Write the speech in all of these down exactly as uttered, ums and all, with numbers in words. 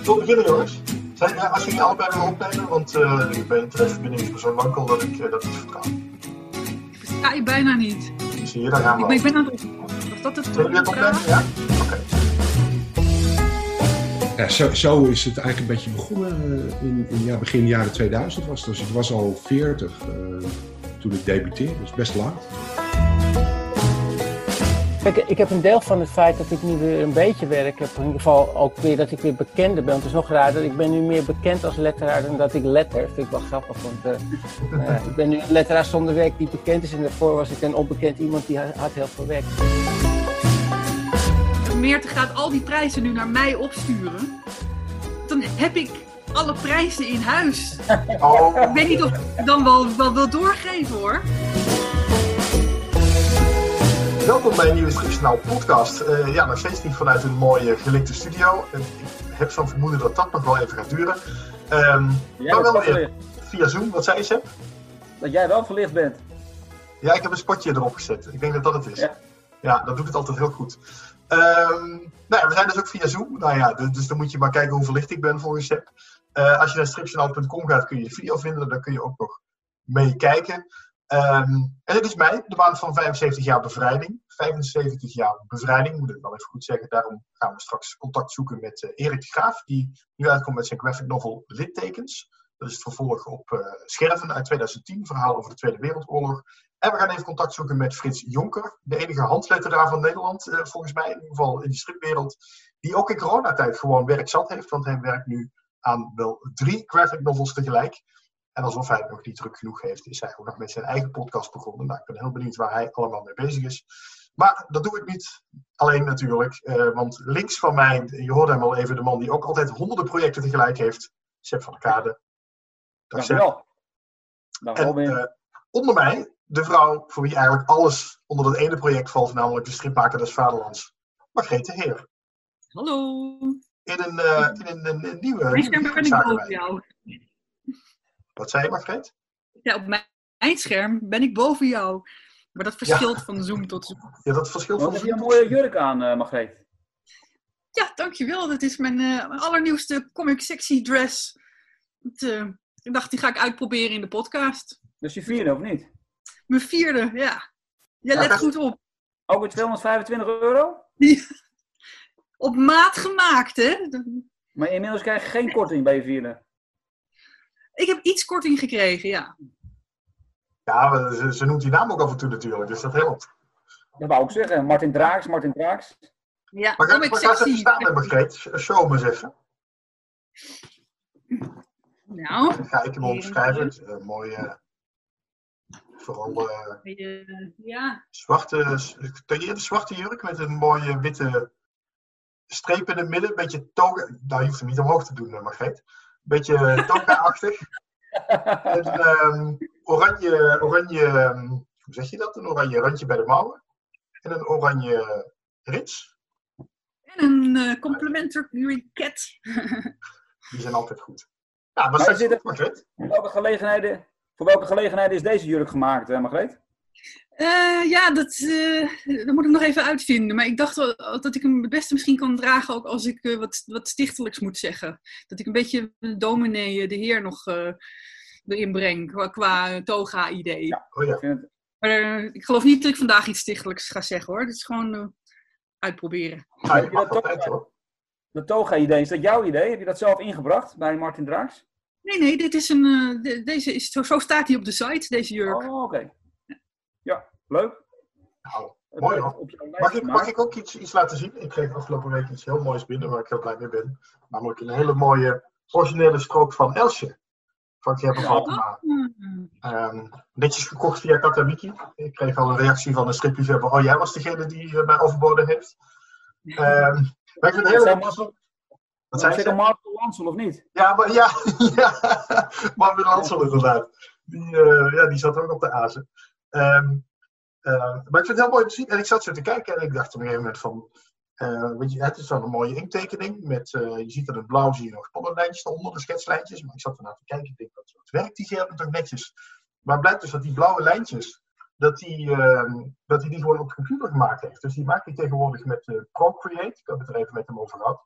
Tot beginnen, jongens. Zijn, uh, als jullie allebei willen opnemen, want uh, nu bij internetverbinding is me zo wankel dat ik uh, dat niet vertrouw. Ik versta je bijna niet. Zie je, daar gaan we ik ben, ik ben aan het opnemen. Was dat het? Zullen we het opnemen? Ja? Oké. Okay. Ja, zo, zo is het eigenlijk een beetje begonnen in, in ja, begin jaren tweeduizend. Was het, dus ik was al veertig uh, toen ik debuteerde, dus best laat. Kijk, ik heb een deel van het feit dat ik nu weer een beetje werk heb, in ieder geval ook weer dat ik weer bekender ben. Het is nog raar dat ik ben nu meer bekend als letteraar dan dat ik letter. Vind ik wel grappig, want uh, uh, ik ben nu een letteraar zonder werk die bekend is en daarvoor was ik een onbekend iemand die had heel veel werk. Meerte gaat al die prijzen nu naar mij opsturen. Dan heb ik alle prijzen in huis. Oh. Ik weet niet of ik dan wel, wel wil doorgeven hoor. Welkom bij een nieuwe Stripjournaal podcast. Uh, ja, nog steeds niet vanuit een mooie gelikte studio. Uh, ik heb zo'n vermoeden dat dat nog wel even gaat duren. Um, maar wel weer via Zoom. Wat zei je, Sepp? Dat jij wel verlicht bent. Ja, ik heb een spotje erop gezet. Ik denk dat dat het is. Ja, ja dat doet het altijd heel goed. Um, nou ja, we zijn dus ook via Zoom. Nou ja, dus dan moet je maar kijken hoe verlicht ik ben volgens Sepp. Uh, als je naar stripjournaal punt com gaat kun je de video vinden. Dan kun je ook nog meekijken. Um, en dit is mij, de maand van vijfenzeventig jaar bevrijding. vijfenzeventig jaar bevrijding, moet ik wel even goed zeggen. Daarom gaan we straks contact zoeken met uh, Erik de Graaf, die nu uitkomt met zijn graphic novel Littekens. Dat is het vervolg op uh, Scherven uit tweeduizend tien, verhaal over de Tweede Wereldoorlog. En we gaan even contact zoeken met Frits Jonker, de enige handletteraar van Nederland, uh, volgens mij, in ieder geval in de stripwereld, die ook in coronatijd gewoon werk zat heeft, want hij werkt nu aan wel drie graphic novels tegelijk. En alsof hij het nog niet druk genoeg heeft, is hij ook nog met zijn eigen podcast begonnen. Nou, ik ben heel benieuwd waar hij allemaal mee bezig is. Maar dat doe ik niet alleen natuurlijk. Uh, want links van mij, je hoorde hem al even, de man die ook altijd honderden projecten tegelijk heeft. Sepp van der Kade. Dag Sepp. En uh, onder mij, de vrouw voor wie eigenlijk alles onder dat ene project valt. Namelijk de stripmaker des Vaderlands. Margreet de Heer. Hallo. In een, uh, in een, een, een nieuwe... Ik ben boven jou. Wat zei je, Margreet? Ja, op mijn scherm ben ik boven jou. Maar dat verschilt ja. van Zoom tot Zoom. Ja, dat verschilt van Zoom. Heb je een mooie jurk aan, uh, Margreet? Ja, dankjewel. Dat is mijn, uh, mijn allernieuwste comic sexy dress. Het, uh, ik dacht, die ga ik uitproberen in de podcast. Dus je vierde, of niet? Mijn vierde, ja. Jij let ja, goed op. Ook weer tweehonderdvijfentwintig euro? Op maat gemaakt, hè? Maar inmiddels krijg je geen korting bij je vierde. Ik heb iets korting gekregen, ja. Ja, ze, ze noemt die naam ook af en toe natuurlijk, dus dat helpt. Dat wou ik zeggen. Martin Draaks, Martin Draaks. Ja, maar ga, maar ga even staan met Margreet. Show me eens even. Nou. Dan ga ik hem omschrijven. Uh, mooie, vooral uh, uh, ja. zwarte, tailleerde zwarte jurk met een mooie witte streep in het midden. Een beetje toga. Nou, je hoeft hem niet omhoog te doen, Margreet. Beetje toga-achtig. Een um, oranje, oranje um, hoe zeg je dat? Een oranje randje bij de mouwen. En een oranje rits. En een uh, complimentary cat. Die zijn altijd goed. Ja, maar maar zit Margreet. Voor welke gelegenheden, voor welke gelegenheden is deze jurk gemaakt, uh, Margreet? Uh, ja, dat, uh, dat moet ik nog even uitvinden. Maar ik dacht wel dat ik hem het beste misschien kan dragen ook als ik uh, wat, wat stichtelijks moet zeggen. Dat ik een beetje de dominee, de heer nog uh, erin breng qua, qua toga-idee. Ja, oh ja. Het... Maar uh, ik geloof niet dat ik vandaag iets stichtelijks ga zeggen hoor. Het is gewoon uh, uitproberen. Ja, je mag dat uit hoor. Dat toga-idee, is dat jouw idee? Heb je dat zelf ingebracht bij Martin Draaks? Nee, nee, dit is een, uh, de, deze is, zo, zo staat hij op de site, deze jurk. Oh, oké. Okay. Ja, leuk. Nou, mooi hoor. Mag ik, mag ik ook iets, iets laten zien? Ik kreeg afgelopen week iets heel moois binnen waar ik heel blij mee ben. Namelijk een hele mooie originele strook van Elsje. Van Gerber Valkema. Um, netjes gekocht via Katawiki. Ik kreeg al een reactie van een stripliefhebber. Oh, jij was degene die uh, mij overboden heeft. Um, maar ik vind het heel erg... Wat zei je? Martin Lansel of niet? Ja, maar ja, ja Martin Lansel inderdaad. Die, uh, ja, die zat ook op de azen. Um, uh, maar ik vind het heel mooi om te zien. En ik zat zo te kijken en ik dacht op een gegeven moment van... Uh, weet je, het is dan een mooie inktekening. Met, uh, je ziet dat in het blauw zie je nog spannenlijntjes eronder, de schetslijntjes. Maar ik zat ernaar te kijken en ik denk, wat, wat werkt die Gerben toch netjes. Maar het blijkt dus dat die blauwe lijntjes, dat hij uh, dat die, die gewoon op de computer gemaakt heeft. Dus die maakt hij tegenwoordig met uh, Procreate. Ik heb het er even met hem over gehad.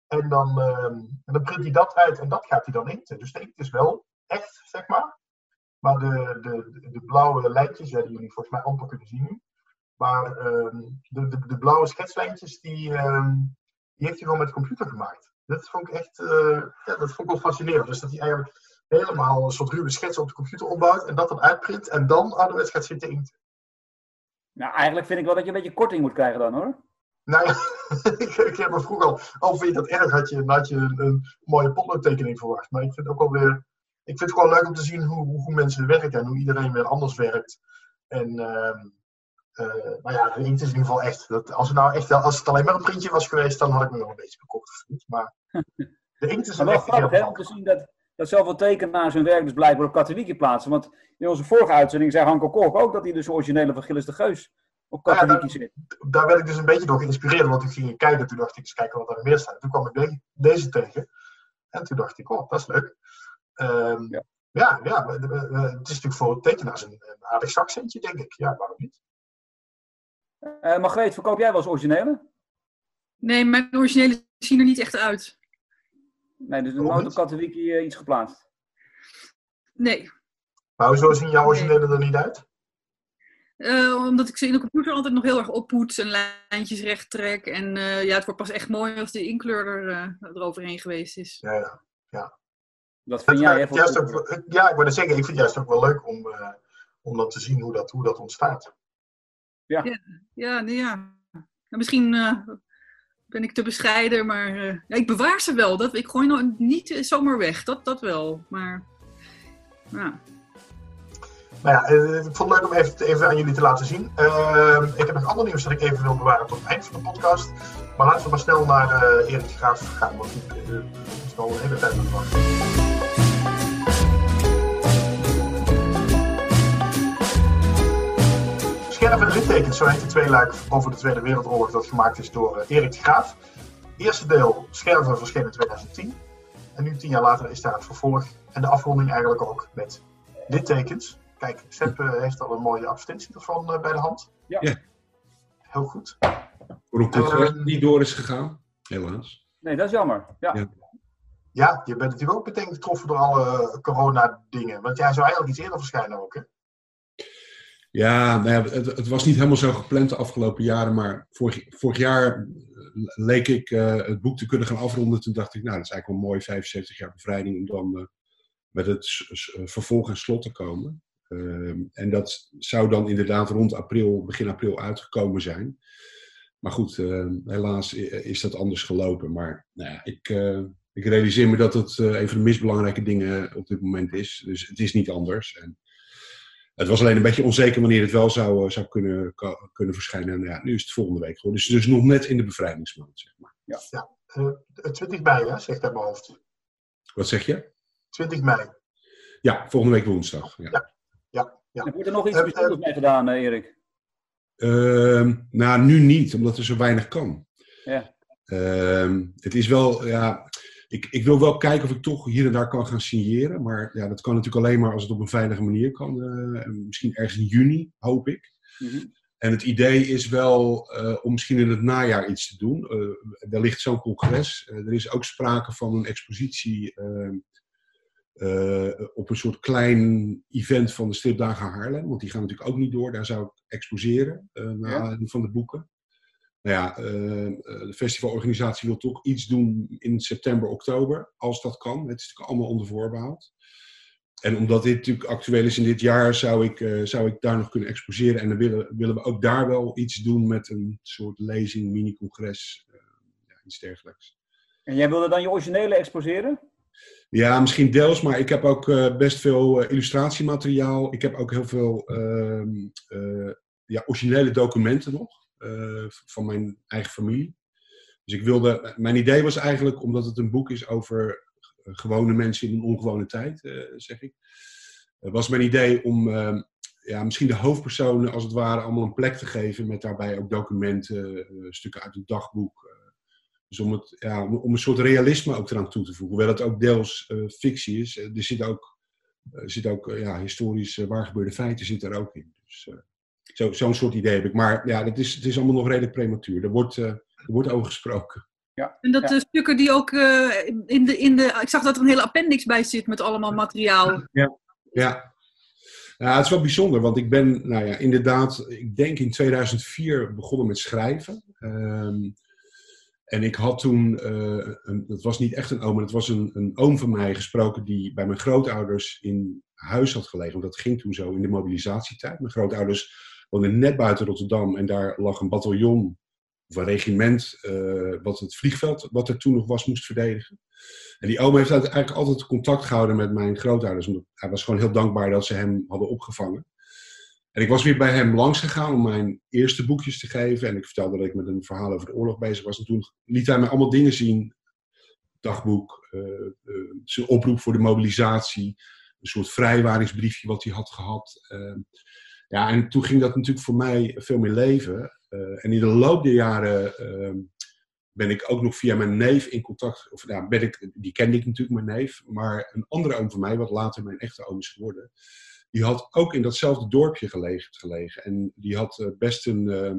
En dan, uh, en dan print hij dat uit en dat gaat hij dan inkten. Dus de inkt is wel echt, zeg maar. Maar de, de, de blauwe lijntjes, ja, die jullie volgens mij amper kunnen zien nu. Maar uh, de, de, de blauwe schetslijntjes, die, uh, die heeft hij gewoon met de computer gemaakt. Dat vond ik echt uh, ja, dat vond ik wel fascinerend. Dus dat hij eigenlijk helemaal een soort ruwe schets op de computer opbouwt en dat dan uitprint en dan ouderwets gaat zitten inkten. Nou, eigenlijk vind ik wel dat je een beetje korting moet krijgen dan, hoor. Nou ja, ik, ik heb me vroeger al, al vind je dat erg, had je, had je een, een mooie potloodtekening verwacht. Maar ik vind het ook wel weer, ik vind het gewoon leuk om te zien hoe, hoe mensen werken en hoe iedereen weer anders werkt. En, uh, uh, nou ja, de inkt is in ieder geval echt, dat, als, het nou echt, als het alleen maar een printje was geweest, dan had ik me wel een beetje bekocht gevoeld. Maar de inkt is maar wel echt grappig, hè, om te zien dat, dat zoveel tekenaars hun werk dus blijkbaar op Katowiki plaatsen. Want in onze vorige uitzending zei Hanko Kork ook dat hij dus originele van Gilles de Geus op Katowiki zit. Ja, daar, daar werd ik dus een beetje door geïnspireerd, want toen ging ik kijken, toen dacht ik eens kijken wat er meer staat. Toen kwam ik de, deze tegen en toen dacht ik, oh, dat is leuk. Um, ja, ja, ja het is natuurlijk voor tekenaars een, een aardig zakcentje, denk ik. Ja, waarom niet? Uh, Margreet, verkoop jij wel eens originele? Nee, mijn originele zien er niet echt uit. Nee, dus er is nooit op Katowiki uh, iets geplaatst? Nee. Maar hoezo zien jouw originele nee. er niet uit? Uh, omdat ik ze in de computer altijd nog heel erg oppoets en lijntjes recht trek. En uh, ja, het wordt pas echt mooi als de inkleur er, uh, eroverheen geweest is. Ja, ja. ja. Dat vind jij even juist ook, ja, ik wou zeggen, ik vind het juist ook wel leuk om, uh, om dan te zien hoe dat, hoe dat ontstaat. Ja, ja, ja, nee, ja. Nou, misschien uh, ben ik te bescheiden, maar uh, ja, ik bewaar ze wel. Dat, ik gooi nog niet zomaar weg, dat, dat wel. Maar, ja. Nou ja, ik vond het leuk om even, even aan jullie te laten zien. Uh, ik heb nog ander nieuws dat ik even wil bewaren tot het eind van de podcast. Maar laten we maar snel naar uh, Erik de Graaf gaan, want die uh, is al een hele tijd aan het wachten. Scherven en littekens, zo heet de tweeluik over de Tweede Wereldoorlog dat gemaakt is door uh, Erik de Graaf. Eerste deel, Scherven, verscheen in twintig tien. En nu, tien jaar later, is daar het vervolg. En de afronding eigenlijk ook met littekens. Kijk, Sepp uh, heeft al een mooie advertentie ervan uh, bij de hand. Ja. ja. Heel goed. Voor een congres uh, die door is gegaan, helaas. Nee, dat is jammer. Ja, ja. ja je bent natuurlijk ook meteen getroffen door alle corona-dingen. Want jij zou eigenlijk iets eerder verschijnen ook, hè? Ja, nou ja het, het was niet helemaal zo gepland de afgelopen jaren. Maar vorig, vorig jaar leek ik uh, het boek te kunnen gaan afronden. Toen dacht ik, nou, dat is eigenlijk wel mooi, vijfenzeventig jaar bevrijding. Om dan uh, met het uh, vervolg en slot te komen. Uh, en dat zou dan inderdaad rond april, begin april uitgekomen zijn. Maar goed, uh, helaas is dat anders gelopen. Maar nou ja, ik, uh, ik realiseer me dat het uh, een van de meest belangrijke dingen op dit moment is. Dus het is niet anders. En het was alleen een beetje onzeker wanneer het wel zou, uh, zou kunnen, k- kunnen verschijnen. En ja, nu is het volgende week geworden. Dus, dus nog net in de bevrijdingsmaand, zeg maar. Ja, ja. Uh, twintig mei, hè, zegt uit mijn hoofd. Wat zeg je? twintig mei. Ja, volgende week woensdag. Ja. ja. Ja, ja. En wordt er nog iets uh, bijzonders uh, mee gedaan, uh, Erik? Uh, nou, nu niet, omdat er zo weinig kan. Ja. Uh, het is wel, ja, ik, ik wil wel kijken of ik toch hier en daar kan gaan signeren. Maar ja, dat kan natuurlijk alleen maar als het op een veilige manier kan. Uh, misschien ergens in juni, hoop ik. Mm-hmm. En het idee is wel uh, om misschien in het najaar iets te doen. Uh, er ligt zo'n congres. Uh, er is ook sprake van een expositie uh, uh, op een soort klein event van de Stripdagen Haarlem. Want die gaan natuurlijk ook niet door. Daar zou ik exposeren uh, naar ja. aanleiding van de boeken. Nou ja, uh, de festivalorganisatie wil toch iets doen in september, oktober. Als dat kan. Het is natuurlijk allemaal onder voorbehoud. En omdat dit natuurlijk actueel is in dit jaar, zou ik, uh, zou ik daar nog kunnen exposeren. En dan willen, willen we ook daar wel iets doen met een soort lezing, mini-congres, uh, ja, iets dergelijks. En jij wilde dan je originele exposeren? Ja, misschien deels, maar ik heb ook uh, best veel uh, illustratiemateriaal. Ik heb ook heel veel uh, uh, ja, originele documenten nog, uh, van mijn eigen familie. Dus ik wilde, mijn idee was eigenlijk, omdat het een boek is over gewone mensen in een ongewone tijd, uh, zeg ik. Het was mijn idee om uh, ja, misschien de hoofdpersonen als het ware allemaal een plek te geven met daarbij ook documenten, uh, stukken uit het dagboek. Uh, dus om, het, ja, om, om een soort realisme ook eraan toe te voegen. Hoewel het ook deels uh, fictie is. Uh, er zit ook, uh, zit ook uh, ja, historisch uh, waar gebeurde feiten zit er ook in. Dus uh, zo, zo'n soort idee heb ik. Maar ja, dat is, het is allemaal nog redelijk prematuur. Er wordt, uh, er wordt over gesproken. Ja. En dat ja. de stukken die ook uh, in, de, in de... Ik zag dat er een hele appendix bij zit met allemaal materiaal. Ja, ja. Ja, het is wel bijzonder, want ik ben, nou ja, inderdaad, ik denk in tweeduizend vier begonnen met schrijven. Um, en ik had toen, uh, een, dat was niet echt een oom, maar het was een, een oom van mij gesproken die bij mijn grootouders in huis had gelegen. Want dat ging toen zo in de mobilisatietijd. Mijn grootouders woonden net buiten Rotterdam en daar lag een bataljon of een regiment uh, wat het vliegveld, wat er toen nog was, moest verdedigen. En die oom heeft eigenlijk altijd contact gehouden met mijn grootouders. Omdat hij was gewoon heel dankbaar dat ze hem hadden opgevangen. En ik was weer bij hem langs gegaan om mijn eerste boekjes te geven. En ik vertelde dat ik met een verhaal over de oorlog bezig was. En toen liet hij mij allemaal dingen zien. Dagboek, uh, uh, zijn oproep voor de mobilisatie. Een soort vrijwaringsbriefje wat hij had gehad. Uh, ja, en toen ging dat natuurlijk voor mij veel meer leven. Uh, en in de loop der jaren uh, ben ik ook nog via mijn neef in contact. Of ja, ben ik, die kende ik natuurlijk, mijn neef. Maar een andere oom van mij, wat later mijn echte oom is geworden. Die had ook in datzelfde dorpje gelegen. gelegen. En die had uh, best een, uh,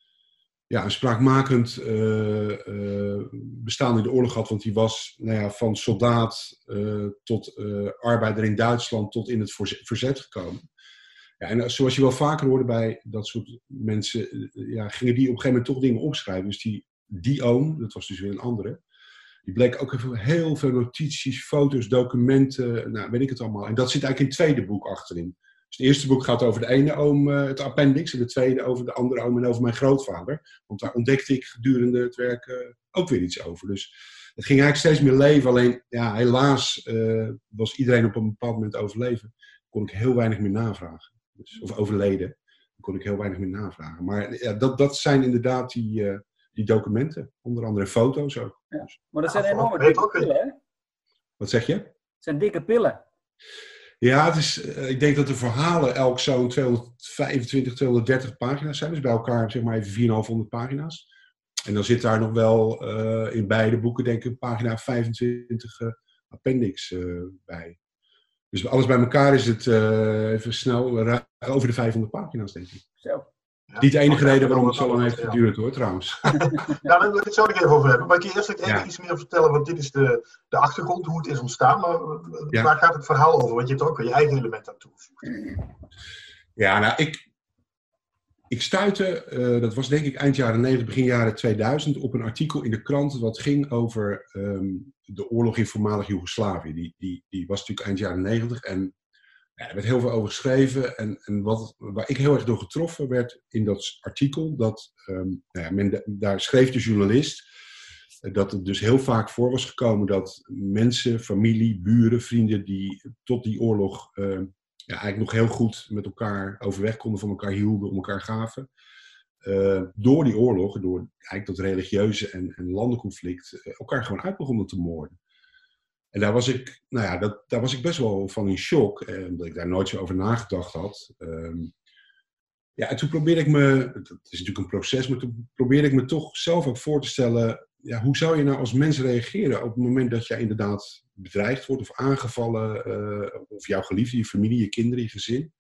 ja, een spraakmakend uh, uh, bestaan in de oorlog gehad. Want die was nou ja, van soldaat uh, tot uh, arbeider in Duitsland tot in het verzet gekomen. Ja, en zoals je wel vaker hoorde bij dat soort mensen, ja, gingen die op een gegeven moment toch dingen opschrijven. Dus die, die oom, dat was dus weer een andere, die bleek ook even heel veel notities, foto's, documenten, nou weet ik het allemaal. En dat zit eigenlijk in het tweede boek achterin. Dus het eerste boek gaat over de ene oom, het appendix, en het tweede over de andere oom en over mijn grootvader. Want daar ontdekte ik gedurende het werk ook weer iets over. Dus het ging eigenlijk steeds meer leven. Alleen, ja, helaas uh, was iedereen op een bepaald moment overleven. Kon ik heel weinig meer navragen. Dus, of overleden, dan kon ik heel weinig meer navragen. Maar ja, dat, dat zijn inderdaad die, uh, die documenten. Onder andere foto's ook. Ja, maar dat zijn enorme dikke pillen, hè? Wat zeg je? Het zijn dikke pillen. Ja, het is, uh, ik denk dat de verhalen elk zo'n tweehonderdvijfentwintig, tweehonderddertig pagina's zijn. Dus bij elkaar zeg maar even vierduizendvijfhonderd pagina's. En dan zit daar nog wel uh, in beide boeken denk ik een pagina vijfentwintig uh, appendix uh, bij. Dus alles bij elkaar is het uh, even snel uh, over de vijfhonderd pagina's, denk ik. Zo. Ja, niet de enige reden waarom het zo lang heeft geduurd, hoor, trouwens. Ja, daar wil ik het zo nog even over hebben. Maar ik kan eerst even ja. iets meer vertellen, want dit is de, de achtergrond, hoe het is ontstaan. Maar ja. waar gaat het verhaal over? Want je hebt er ook weer je eigen element aan toegevoegd. Ja, nou, ik, ik stuitte, uh, dat was denk ik eind jaren negentig, begin jaren tweeduizend, op een artikel in de krant wat ging over um, de oorlog in voormalig Joegoslavië. Die, die, die was natuurlijk eind jaren negentig en ja, er werd heel veel over geschreven. En, en wat, waar ik heel erg door getroffen werd in dat artikel, dat um, nou ja, men, daar schreef de journalist uh, dat het dus heel vaak voor was gekomen dat mensen, familie, buren, vrienden die tot die oorlog uh, ja, eigenlijk nog heel goed met elkaar overweg konden, van elkaar hielden, om elkaar gaven. Uh, door die oorlog, door eigenlijk dat religieuze en, en landenconflict, uh, elkaar gewoon uit begonnen te moorden. En daar was ik, nou ja, dat, daar was ik best wel van in shock, eh, omdat ik daar nooit zo over nagedacht had. Um, ja, en toen probeerde ik me, het is natuurlijk een proces, maar toen probeerde ik me toch zelf ook voor te stellen, ja, hoe zou je nou als mens reageren op het moment dat jij inderdaad bedreigd wordt of aangevallen, uh, of jouw geliefde, je familie, je kinderen, je gezin.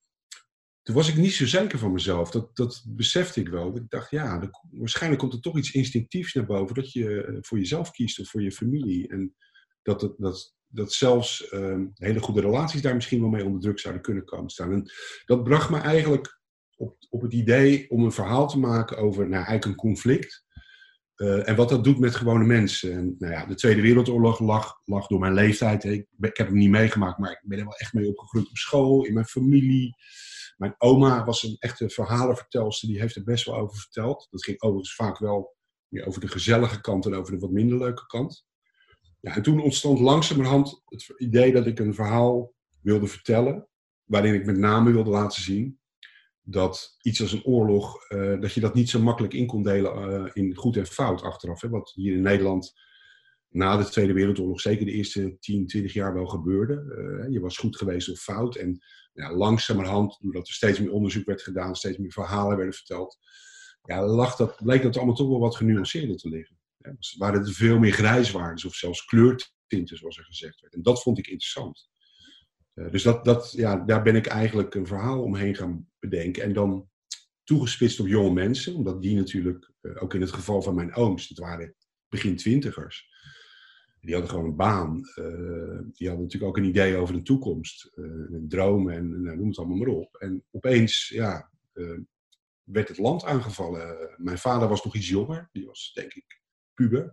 Toen was ik niet zo zeker van mezelf, dat, dat besefte ik wel. Ik dacht, ja, de, waarschijnlijk komt er toch iets instinctiefs naar boven, dat je voor jezelf kiest of voor je familie. En dat, het, dat, dat zelfs uh, hele goede relaties daar misschien wel mee onder druk zouden kunnen komen staan. En dat bracht me eigenlijk op, op het idee om een verhaal te maken over nou, eigenlijk een conflict. Uh, en wat dat doet met gewone mensen. En, nou ja, de Tweede Wereldoorlog lag, lag door mijn leeftijd. Ik, ik heb hem niet meegemaakt, maar ik ben er wel echt mee opgegroeid op school, in mijn familie. Mijn oma was een echte verhalenvertelster, die heeft er best wel over verteld. Dat ging overigens vaak wel meer over de gezellige kant en over de wat minder leuke kant. Ja, en toen ontstond langzamerhand het idee dat ik een verhaal wilde vertellen, waarin ik met name wilde laten zien dat iets als een oorlog, uh, dat je dat niet zo makkelijk in kon delen uh, in goed en fout achteraf. Hè? Wat hier in Nederland na de Tweede Wereldoorlog, zeker de eerste tien, twintig jaar wel gebeurde. Uh, je was goed geweest of fout. En ja, langzamerhand, doordat er steeds meer onderzoek werd gedaan, steeds meer verhalen werden verteld, ja, lag dat, bleek dat allemaal toch wel wat genuanceerder te liggen. Ja, dus waren er veel meer grijswaardes of zelfs kleurtinten, zoals er gezegd werd. En dat vond ik interessant. Uh, dus dat, dat, ja, daar ben ik eigenlijk een verhaal omheen gaan bedenken. En dan toegespitst op jonge mensen, omdat die natuurlijk, uh, ook in het geval van mijn ooms, het waren begin twintigers. Die hadden gewoon een baan. Uh, die hadden natuurlijk ook een idee over de toekomst. Uh, en dromen en nou, noem het allemaal maar op. En opeens ja, uh, werd het land aangevallen. Uh, mijn vader was nog iets jonger. Die was denk ik puber.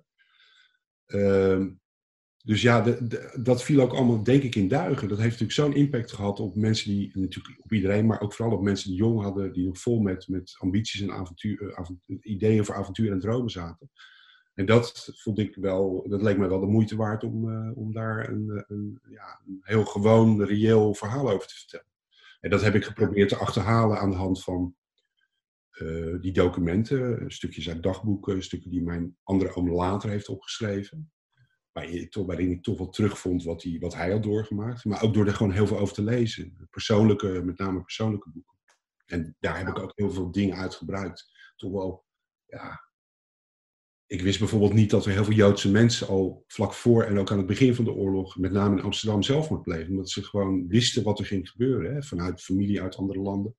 Uh, dus ja, de, de, dat viel ook allemaal denk ik in duigen. Dat heeft natuurlijk zo'n impact gehad op mensen die, natuurlijk op iedereen, maar ook vooral op mensen die jong hadden, die nog vol met, met ambities en avontuur, avontuur, ideeën voor avontuur en dromen zaten. En dat vond ik wel, dat leek mij wel de moeite waard om, uh, om daar een, een, ja, een heel gewoon, reëel verhaal over te vertellen. En dat heb ik geprobeerd te achterhalen aan de hand van uh, die documenten, stukjes uit dagboeken, stukken die mijn andere oom later heeft opgeschreven. Waarin ik toch wel terugvond wat hij, wat hij had doorgemaakt. Maar ook door er gewoon heel veel over te lezen. Persoonlijke, met name persoonlijke boeken. En daar heb ik ook heel veel dingen uit gebruikt. Toch wel, ja... Ik wist bijvoorbeeld niet dat er heel veel Joodse mensen al vlak voor en ook aan het begin van de oorlog, met name in Amsterdam, zelfmoord plegen. Omdat ze gewoon wisten wat er ging gebeuren. Hè, vanuit familie uit andere landen.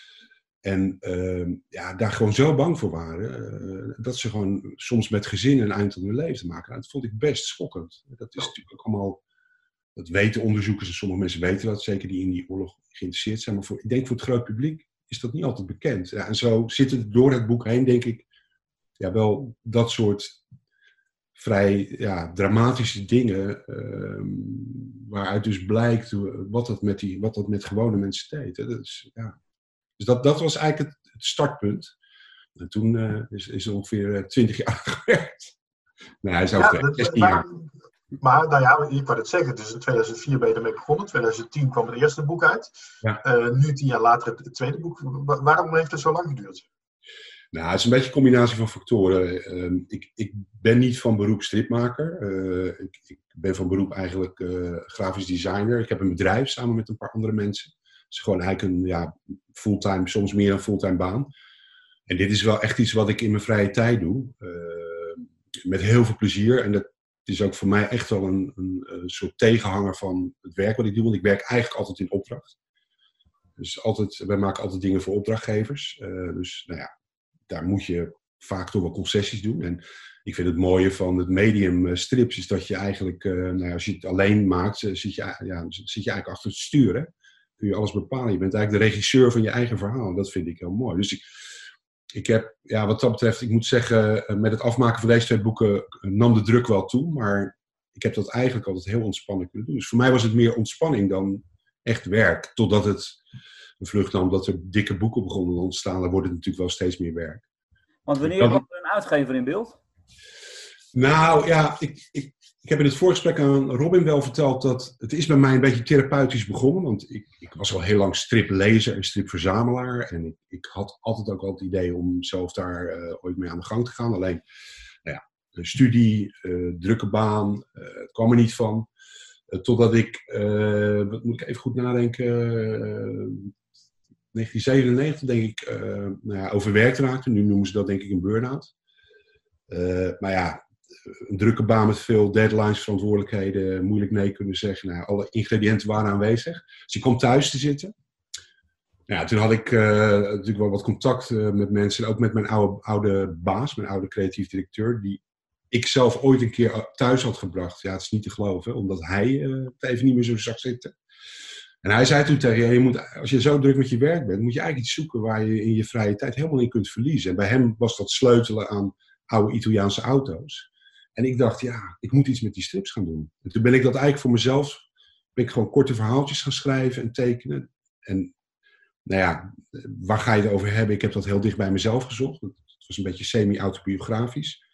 En uh, ja, daar gewoon zo bang voor waren, uh, dat ze gewoon soms met gezinnen een eind aan hun leven te maken. Nou, dat vond ik best schokkend. Dat is natuurlijk ook allemaal, dat weten onderzoekers en sommige mensen weten dat, zeker die in die oorlog geïnteresseerd zijn. Maar voor, ik denk voor het groot publiek is dat niet altijd bekend. Ja, en zo zitten door het boek heen, denk ik, ja, wel dat soort vrij ja, dramatische dingen, uh, waaruit dus blijkt wat dat met, die, wat dat met gewone mensen deed. Hè. Dat is, ja. Dus dat, dat was eigenlijk het, het startpunt. En toen uh, is, is er ongeveer twintig jaar gewerkt. Nou, hij zou ja, zeggen, zestien maar, jaar. Maar, nou ja, ik wou het zeggen, dus in tweeduizend vier ben je ermee begonnen. twintig tien kwam het eerste boek uit. Ja. Uh, nu tien jaar later het, het tweede boek. Waarom heeft het zo lang geduurd? Nou, het is een beetje een combinatie van factoren. Uh, ik, ik ben niet van beroep stripmaker. Uh, ik, ik ben van beroep eigenlijk uh, grafisch designer. Ik heb een bedrijf samen met een paar andere mensen. Het is gewoon eigenlijk een ja, fulltime, soms meer dan fulltime baan. En dit is wel echt iets wat ik in mijn vrije tijd doe. Uh, met heel veel plezier. En dat is ook voor mij echt wel een, een, een soort tegenhanger van het werk wat ik doe. Want ik werk eigenlijk altijd in opdracht. Dus altijd, wij maken altijd dingen voor opdrachtgevers. Uh, dus nou ja, daar moet je vaak toch wel concessies doen. En ik vind het mooie van het medium strips is dat je eigenlijk, uh, nou ja, als je het alleen maakt, zit je, ja, zit je eigenlijk achter het stuur. Hè? Kun je alles bepalen. Je bent eigenlijk de regisseur van je eigen verhaal. Dat vind ik heel mooi. Dus ik, ik heb, ja, wat dat betreft, ik moet zeggen, met het afmaken van deze twee boeken nam de druk wel toe. Maar ik heb dat eigenlijk altijd heel ontspannen kunnen doen. Dus voor mij was het meer ontspanning dan echt werk. Totdat het een vlucht nam, dat er dikke boeken begonnen te ontstaan. Dan wordt het natuurlijk wel steeds meer werk. Want wanneer Dan, kwam er een uitgever in beeld? Nou ja, ik, ik, ik heb in het voorgesprek aan Robin wel verteld dat het is bij mij een beetje therapeutisch begonnen. Want ik, ik was al heel lang striplezer en stripverzamelaar. En ik, ik had altijd ook al het idee om zelf daar uh, ooit mee aan de gang te gaan. Alleen, nou ja, een studie, uh, drukke baan, uh, het kwam er niet van. Uh, totdat ik, uh, wat moet ik even goed nadenken, uh, negentien zevenennegentig denk ik, uh, nou ja, overwerkt raakte. Nu noemen ze dat denk ik een burn-out. Uh, maar ja, een drukke baan met veel deadlines, verantwoordelijkheden, moeilijk nee kunnen zeggen. Nou, alle ingrediënten waren aanwezig. Dus ik kwam thuis te zitten. Ja, toen had ik uh, natuurlijk wel wat contact uh, met mensen. Ook met mijn oude, oude baas, mijn oude creatief directeur. Die ik zelf ooit een keer thuis had gebracht. Ja, het is niet te geloven, omdat hij uh, even niet meer zo zag zitten. En hij zei toen tegen je, je moet, als je zo druk met je werk bent, moet je eigenlijk iets zoeken waar je in je vrije tijd helemaal in kunt verliezen. En bij hem was dat sleutelen aan oude Italiaanse auto's. En ik dacht, ja, ik moet iets met die strips gaan doen. En toen ben ik dat eigenlijk voor mezelf, ben ik gewoon korte verhaaltjes gaan schrijven en tekenen. En nou ja, waar ga je het over hebben? Ik heb dat heel dicht bij mezelf gezocht. Het was een beetje semi-autobiografisch.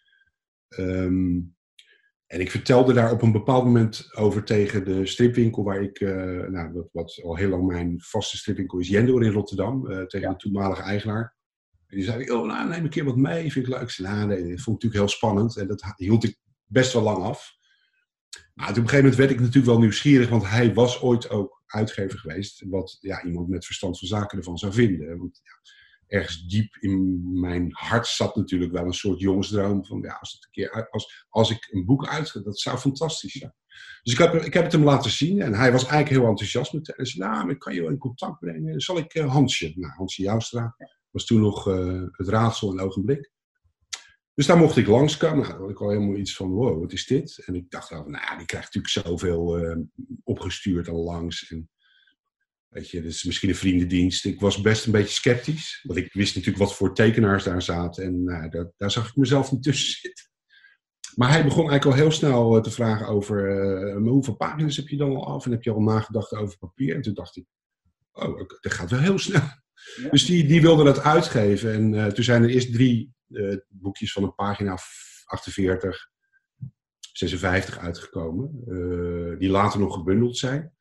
Um, en ik vertelde daar op een bepaald moment over tegen de stripwinkel waar ik, uh, nou, wat, wat al heel lang mijn vaste stripwinkel is, Jendor in Rotterdam, uh, tegen ja. de toenmalige eigenaar. En die zei, oh, nou, neem een keer wat mee, vind ik leuk. Nou, nee, dat vond ik natuurlijk heel spannend en dat hield ik best wel lang af. Maar op een gegeven moment werd ik natuurlijk wel nieuwsgierig, want hij was ooit ook uitgever geweest, wat ja, iemand met verstand van zaken ervan zou vinden. Want ja, ergens diep in mijn hart zat natuurlijk wel een soort jongensdroom van, ja, als, het een keer uit, als, als ik een boek uitgeef, dat zou fantastisch zijn. Dus ik heb, ik heb het hem laten zien en hij was eigenlijk heel enthousiast met het. Hij zei, nou, ik kan je in contact brengen. Zal ik uh, Hansje, nou, Hansje Joustra, was toen nog uh, het raadsel een ogenblik. Dus daar mocht ik langskomen. Nou, dan had ik al helemaal iets van, wow, wat is dit? En ik dacht dan, nou, die krijgt natuurlijk zoveel uh, opgestuurd en langs. En, weet je, dat is misschien een vriendendienst. Ik was best een beetje sceptisch. Want ik wist natuurlijk wat voor tekenaars daar zaten. En nou, daar, daar zag ik mezelf niet tussen zitten. Maar hij begon eigenlijk al heel snel uh, te vragen over, uh, hoeveel pagina's heb je dan al af? En heb je al nagedacht over papier? En toen dacht ik, oh, dat gaat wel heel snel. Ja. Dus die, die wilde dat uitgeven. En uh, toen zijn er eerst drie uh, boekjes van een pagina achtenveertig, zesenvijftig uitgekomen. Uh, die later nog gebundeld zijn.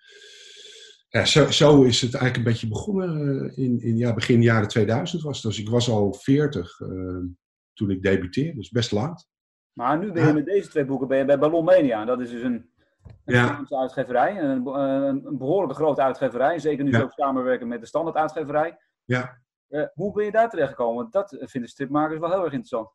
Ja, zo, zo is het eigenlijk een beetje begonnen. Uh, in, in ja, begin jaren tweeduizend was het. Dus ik was al veertig uh, toen ik debuteerde. Dus best laat. Maar nu ben je ja. met deze twee boeken ben je bij Ballon Media. Dat is dus een, een ja. uitgeverij. Een, een, een behoorlijke grote uitgeverij. Zeker nu ja. ze ook samenwerken met de Standaard uitgeverij. Ja. Uh, hoe ben je daar terechtgekomen? Want dat vinden stripmakers wel heel erg interessant.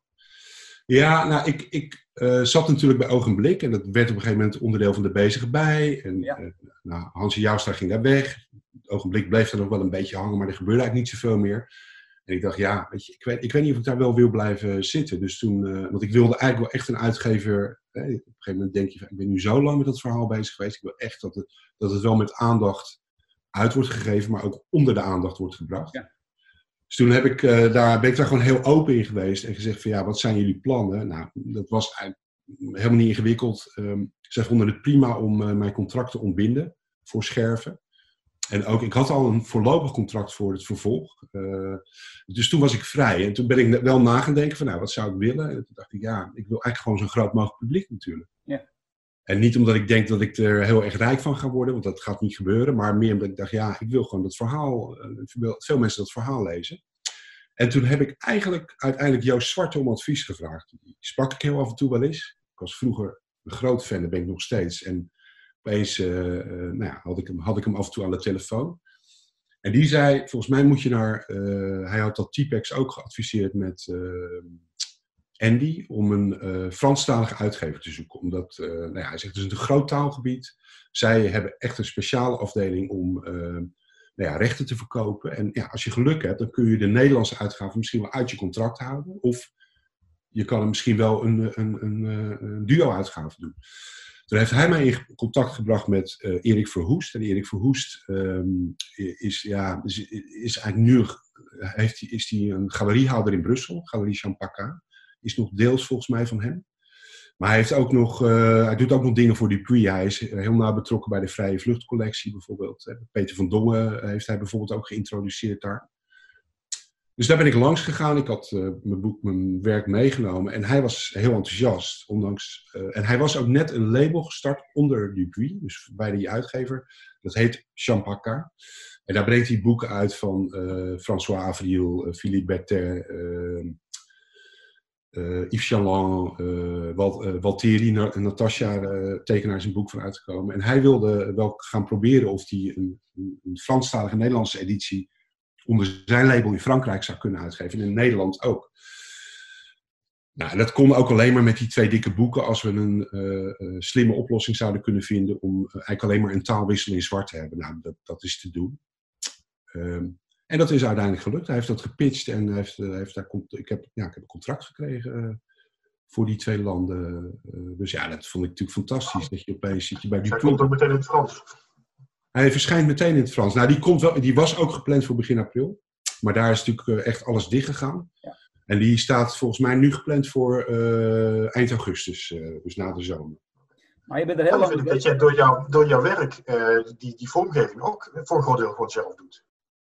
Ja, nou, ik, ik uh, zat natuurlijk bij Ogenblik. En dat werd op een gegeven moment onderdeel van de Bezige Bij. En ja. uh, nou, Hansie Joustra ging daar weg. Het Ogenblik bleef er nog wel een beetje hangen, maar er gebeurde eigenlijk niet zoveel meer. En ik dacht, ja, weet je, ik weet, ik weet niet of ik daar wel wil blijven zitten. Dus toen, uh, want ik wilde eigenlijk wel echt een uitgever. Hè, op een gegeven moment denk je, ik ben nu zo lang met dat verhaal bezig geweest. Ik wil echt dat het, dat het wel met aandacht uit wordt gegeven, maar ook onder de aandacht wordt gebracht. Ja. Dus toen heb ik, uh, daar, ben ik daar gewoon heel open in geweest en gezegd van ja, wat zijn jullie plannen? Nou, dat was eigenlijk helemaal niet ingewikkeld. Um, zij vonden het prima om uh, mijn contract te ontbinden voor Scherven. En ook, ik had al een voorlopig contract voor het vervolg. Uh, dus toen was ik vrij. En toen ben ik wel na gaan denken van, nou, wat zou ik willen? En toen dacht ik, ja, ik wil eigenlijk gewoon zo'n groot mogelijk publiek natuurlijk. Ja. En niet omdat ik denk dat ik er heel erg rijk van ga worden, want dat gaat niet gebeuren. Maar meer omdat ik dacht, ja, ik wil gewoon dat verhaal, uh, veel mensen dat verhaal lezen. En toen heb ik eigenlijk uiteindelijk Joost Zwarte om advies gevraagd. Die sprak ik heel af en toe wel eens. Ik was vroeger een groot fan, dat ben ik nog steeds. En opeens uh, uh, nou ja, had, ik hem, had ik hem af en toe aan de telefoon. En die zei, volgens mij moet je naar... Uh, hij had dat T-Pex ook geadviseerd met uh, Andy... om een uh, Franstalige uitgever te zoeken. Omdat, uh, nou ja, hij zegt, het is een groot taalgebied. Zij hebben echt een speciale afdeling om uh, nou ja, rechten te verkopen. En ja, als je geluk hebt, dan kun je de Nederlandse uitgave misschien wel uit je contract houden. Of je kan er misschien wel een, een, een, een duo-uitgave doen. Toen heeft hij mij in contact gebracht met uh, Erik Verhoest. En Erik Verhoest um, is, ja, is, is eigenlijk nu heeft, is die een galeriehouder in Brussel. Galerie Champaka. Is nog deels volgens mij van hem. Maar hij, heeft ook nog, uh, hij doet ook nog dingen voor Dupuis. Hij is heel nauw betrokken bij de Vrije Vluchtcollectie bijvoorbeeld. Peter van Dongen heeft hij bijvoorbeeld ook geïntroduceerd daar. Dus daar ben ik langs gegaan. Ik had uh, mijn boek, mijn werk meegenomen. En hij was heel enthousiast. Ondanks, uh, en hij was ook net een label gestart onder Dupuis. Dus bij die uitgever. Dat heet Champaka. En daar brengt hij boeken uit van uh, François Avril, uh, Philippe Bertin, uh, uh, Yves Chaland, uh, Wal, uh, Walteri, Na- Natasha, uh, tekenaars een boek van uitgekomen. En hij wilde wel gaan proberen of hij een, een Franstalige Nederlandse editie onder zijn label in Frankrijk zou kunnen uitgeven. En in Nederland ook. Nou, dat kon ook alleen maar met die twee dikke boeken als we een uh, uh, slimme oplossing zouden kunnen vinden om uh, eigenlijk alleen maar een taalwissel in zwart te hebben. Nou, dat, dat is te doen. Um, en dat is uiteindelijk gelukt. Hij heeft dat gepitcht en heeft, uh, heeft daar, ik, heb, ja, ik heb een contract gekregen uh, voor die twee landen. Uh, dus ja, dat vond ik natuurlijk fantastisch. Dat je opeens zit je bij die Hij komt ook meteen in het Frans. Hij verschijnt meteen in het Frans. Nou, die, komt wel, die was ook gepland voor begin april. Maar daar is natuurlijk echt alles dichtgegaan. Ja. En die staat volgens mij nu gepland voor uh, eind augustus. Uh, dus na de zomer. Maar je bent er heel ja, lang... Dat je door, jou, door jouw werk uh, die, die vormgeving ook voor een groot deel gewoon zelf doet.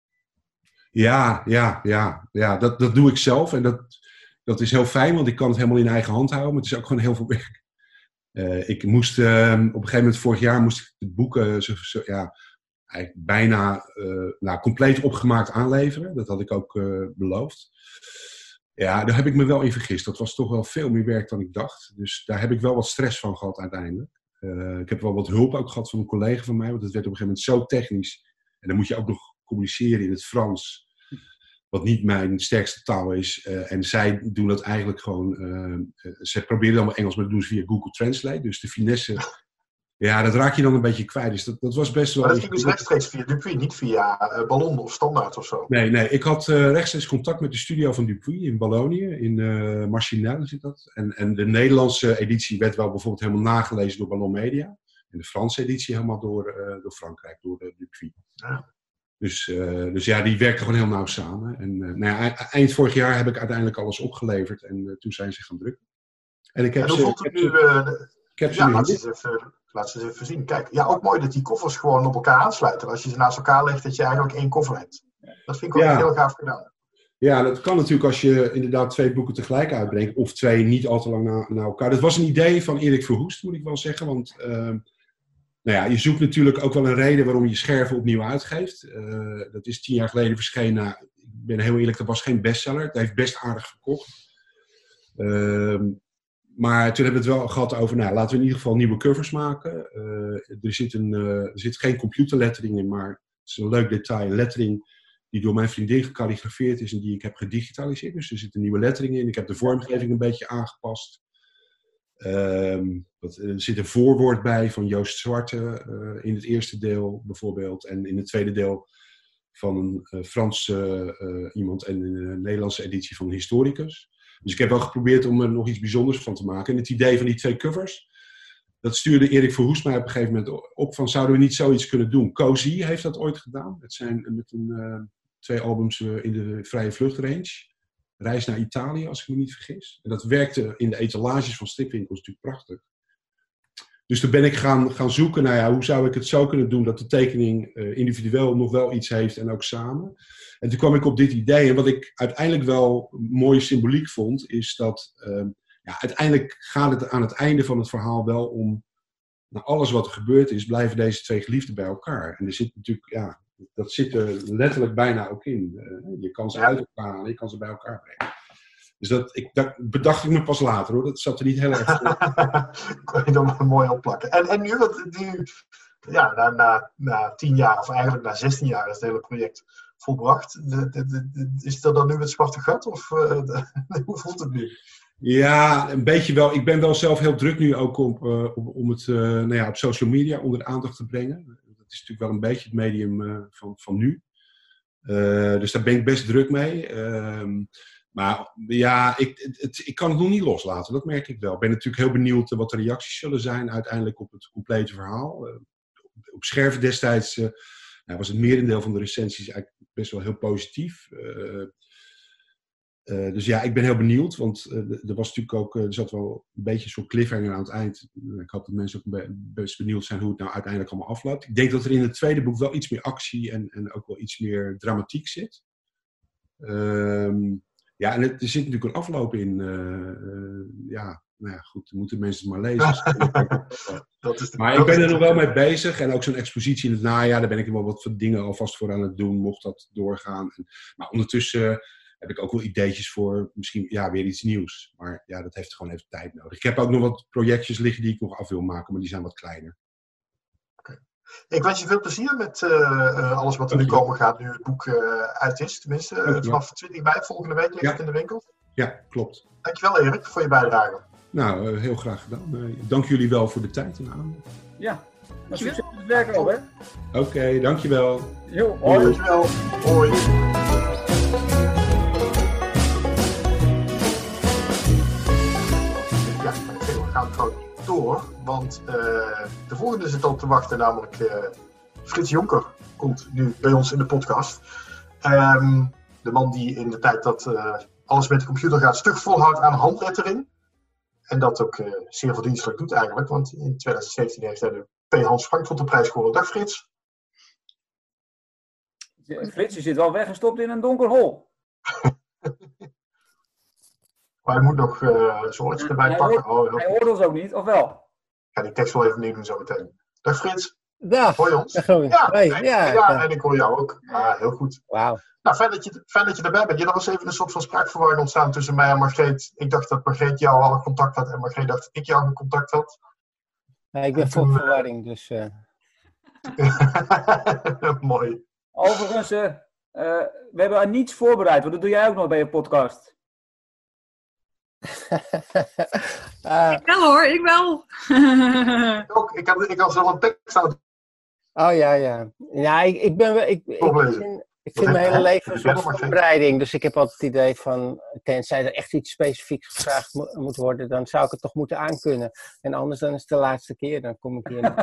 Ja, ja, ja. ja dat, dat doe ik zelf. En dat, dat is heel fijn, want ik kan het helemaal in eigen hand houden. Maar het is ook gewoon heel veel werk. Uh, ik moest uh, op een gegeven moment vorig jaar moest ik de boeken zo, zo, ja, eigenlijk bijna uh, nou, compleet opgemaakt aanleveren. Dat had ik ook uh, beloofd. Ja, daar heb ik me wel in vergist. Dat was toch wel veel meer werk dan ik dacht. Dus daar heb ik wel wat stress van gehad uiteindelijk. Uh, ik heb wel wat hulp ook gehad van een collega van mij. Want het werd op een gegeven moment zo technisch. En dan moet je ook nog communiceren in het Frans. Wat niet mijn sterkste taal is. Uh, en zij doen dat eigenlijk gewoon... Uh, uh, ze proberen dan wel Engels, maar dat doen ze via Google Translate. Dus de finesse... Ja, dat raak je dan een beetje kwijt. Dus dat, dat was best wel... Maar dat ging dus rechtstreeks via Dupuis, niet via uh, Ballon of Standaard of zo? Nee, nee. Ik had uh, rechtstreeks contact met de studio van Dupuis in Wallonië, in uh, Marcinelle zit dat. En, en de Nederlandse editie werd wel bijvoorbeeld helemaal nagelezen door Ballon Media. En de Franse editie helemaal door, uh, door Frankrijk, door uh, Dupuis. Ja. Dus, uh, dus ja, die werken gewoon heel nauw samen. En uh, nou ja, eind vorig jaar heb ik uiteindelijk alles opgeleverd en uh, toen zijn ze gaan drukken. En ik heb en hoe ze, voelt het ik nu? Ze, uh, ik heb ja, ze laat ze, eens even, laat ze eens even zien. Kijk, ja, ook mooi dat die koffers gewoon op elkaar aansluiten. Als je ze naast elkaar legt, dat je eigenlijk één koffer hebt. Dat vind ik wel ja. heel gaaf gedaan. Ja, dat kan natuurlijk als je inderdaad twee boeken tegelijk uitbrengt. Of twee niet al te lang na, na elkaar. Dat was een idee van Erik Verhoest, moet ik wel zeggen. Want uh, nou ja, je zoekt natuurlijk ook wel een reden waarom je Scherven opnieuw uitgeeft. Uh, dat is tien jaar geleden verschenen. Nou, ik ben heel eerlijk, dat was geen bestseller. Het heeft best aardig verkocht. Uh, maar toen hebben we het wel gehad over, nou, laten we in ieder geval nieuwe covers maken. Uh, er, zit een, uh, er zit geen computerlettering in, maar het is een leuk detail. Een lettering die door mijn vriendin gekalligrafeerd is en die ik heb gedigitaliseerd. Dus er zit een nieuwe lettering in. Ik heb de vormgeving een beetje aangepast. Um, dat, er zit een voorwoord bij van Joost Zwarte uh, in het eerste deel bijvoorbeeld. En in het tweede deel van een uh, Franse uh, iemand en in een Nederlandse editie van een historicus. Dus ik heb wel geprobeerd om er nog iets bijzonders van te maken. En het idee van die twee covers, dat stuurde Erik Verhoest mij op een gegeven moment op van, zouden we niet zoiets kunnen doen? Cozy heeft dat ooit gedaan. Het zijn met een, uh, twee albums uh, in de vrije vluchtrange. Reis naar Italië, als ik me niet vergis. En dat werkte in de etalages van stripwinkels natuurlijk prachtig. Dus toen ben ik gaan, gaan zoeken naar, ja, hoe zou ik het zo kunnen doen dat de tekening uh, individueel nog wel iets heeft en ook samen. En toen kwam ik op dit idee. En wat ik uiteindelijk wel mooie symboliek vond, is dat uh, ja, uiteindelijk gaat het aan het einde van het verhaal wel om, na alles wat er gebeurd is, blijven deze twee geliefden bij elkaar. En er zit natuurlijk, ja, dat zit er letterlijk bijna ook in. Uh, je kan ze uit elkaar halen, je kan ze bij elkaar brengen. Dus dat, ik, dat bedacht ik me pas later hoor, dat zat er niet heel erg voor. Kon je dan mooi opplakken. En, en nu, wat, nu ja, na, na, na tien jaar, of eigenlijk na zestien jaar is het hele project volbracht. De, de, de, is er dan nu het zwarte gat? Of uh, de, hoe voelt het nu? Ja, een beetje wel. Ik ben wel zelf heel druk nu ook op, uh, op, om het uh, nou ja, op social media onder de aandacht te brengen. Dat is natuurlijk wel een beetje het medium uh, van, van nu. Uh, dus daar ben ik best druk mee. Uh, maar ja, ik, het, het, ik kan het nog niet loslaten. Dat merk ik wel. Ik ben natuurlijk heel benieuwd wat de reacties zullen zijn uiteindelijk op het complete verhaal. Uh, op Scherven destijds uh, nou, was het merendeel van de recensies eigenlijk best wel heel positief. Uh, Uh, dus ja, ik ben heel benieuwd, want uh, er was natuurlijk ook, uh, er zat wel een beetje een soort cliffhanger aan het eind. Ik hoop dat mensen ook best benieuwd zijn hoe het nou uiteindelijk allemaal afloopt. Ik denk dat er in het tweede boek wel iets meer actie en, en ook wel iets meer dramatiek zit. Um, ja, en het, er zit natuurlijk een afloop in. Uh, uh, ja, nou ja, goed, dan moeten mensen het maar lezen. dat is de, maar ik ben er nog wel mee bezig en ook zo'n expositie in het najaar, daar ben ik er wel wat dingen alvast voor aan het doen, mocht dat doorgaan. En, maar ondertussen Uh, heb ik ook wel ideetjes voor misschien ja, weer iets nieuws. Maar ja, dat heeft gewoon even tijd nodig. Ik heb ook nog wat projectjes liggen die ik nog af wil maken, maar die zijn wat kleiner. Okay. Ik wens je veel plezier met uh, uh, alles wat er nu komen gaat, nu het boek uh, uit is. Tenminste, uh, vanaf twintig mei volgende week ligt ja. het in de winkel. Ja, klopt. Dankjewel Erik voor je bijdrage. Nou, uh, heel graag gedaan. Uh, dank jullie wel voor de tijd en aandacht. Ja, maar succes met het werken al, hè? Oké, okay, dankjewel. Jo, hoi. Dankjewel. Hoi. Door, want uh, de volgende zit al te wachten, namelijk uh, Frits Jonker komt nu bij ons in de podcast. Um, de man die in de tijd dat uh, alles met de computer gaat stug volhoudt aan handlettering. En dat ook uh, zeer verdienstelijk doet eigenlijk, want in twintig zeventien heeft hij de P. Hans Frankfurterprijs gewonnen. Dag Frits. Frits, je zit wel weggestopt in een donker hol. Maar hij moet nog uh, zoiets erbij hij pakken. Hoort, oh, hij hoort ons ook niet, of wel? Ik ga die tekst wel even nemen zo meteen. Dag Frits. Dag. Hoor je ons? Dag, hoor. Ja, hey, en, ja, ja, ja, en ik hoor jou ook. Ah, heel goed. Wauw. Nou, fijn dat, je, fijn dat je erbij bent. Ja, er was even een soort van spraakverwarring ontstaan tussen mij en Margreet. Ik dacht dat Margreet jou al contact had en Margreet dacht dat ik jou contact had. Nee, ik ben vol toen, verwarring, dus... Uh... Mooi. Overigens, uh, uh, we hebben niets voorbereid, want dat doe jij ook nog bij je podcast. Uh, ik wel hoor, ik wel. Ook, ik, kan, ik kan zelf een tekst uit. Oh ja, ja. Ja, ik, ik ben wel... Ik, ik, ik vind, ik vind mijn hele leven een soort voorbereiding. Dus ik heb altijd het idee van... Tenzij er echt iets specifieks gevraagd mo- moet worden... dan zou ik het toch moeten aankunnen. En anders dan is het de laatste keer. Dan kom ik hier nog.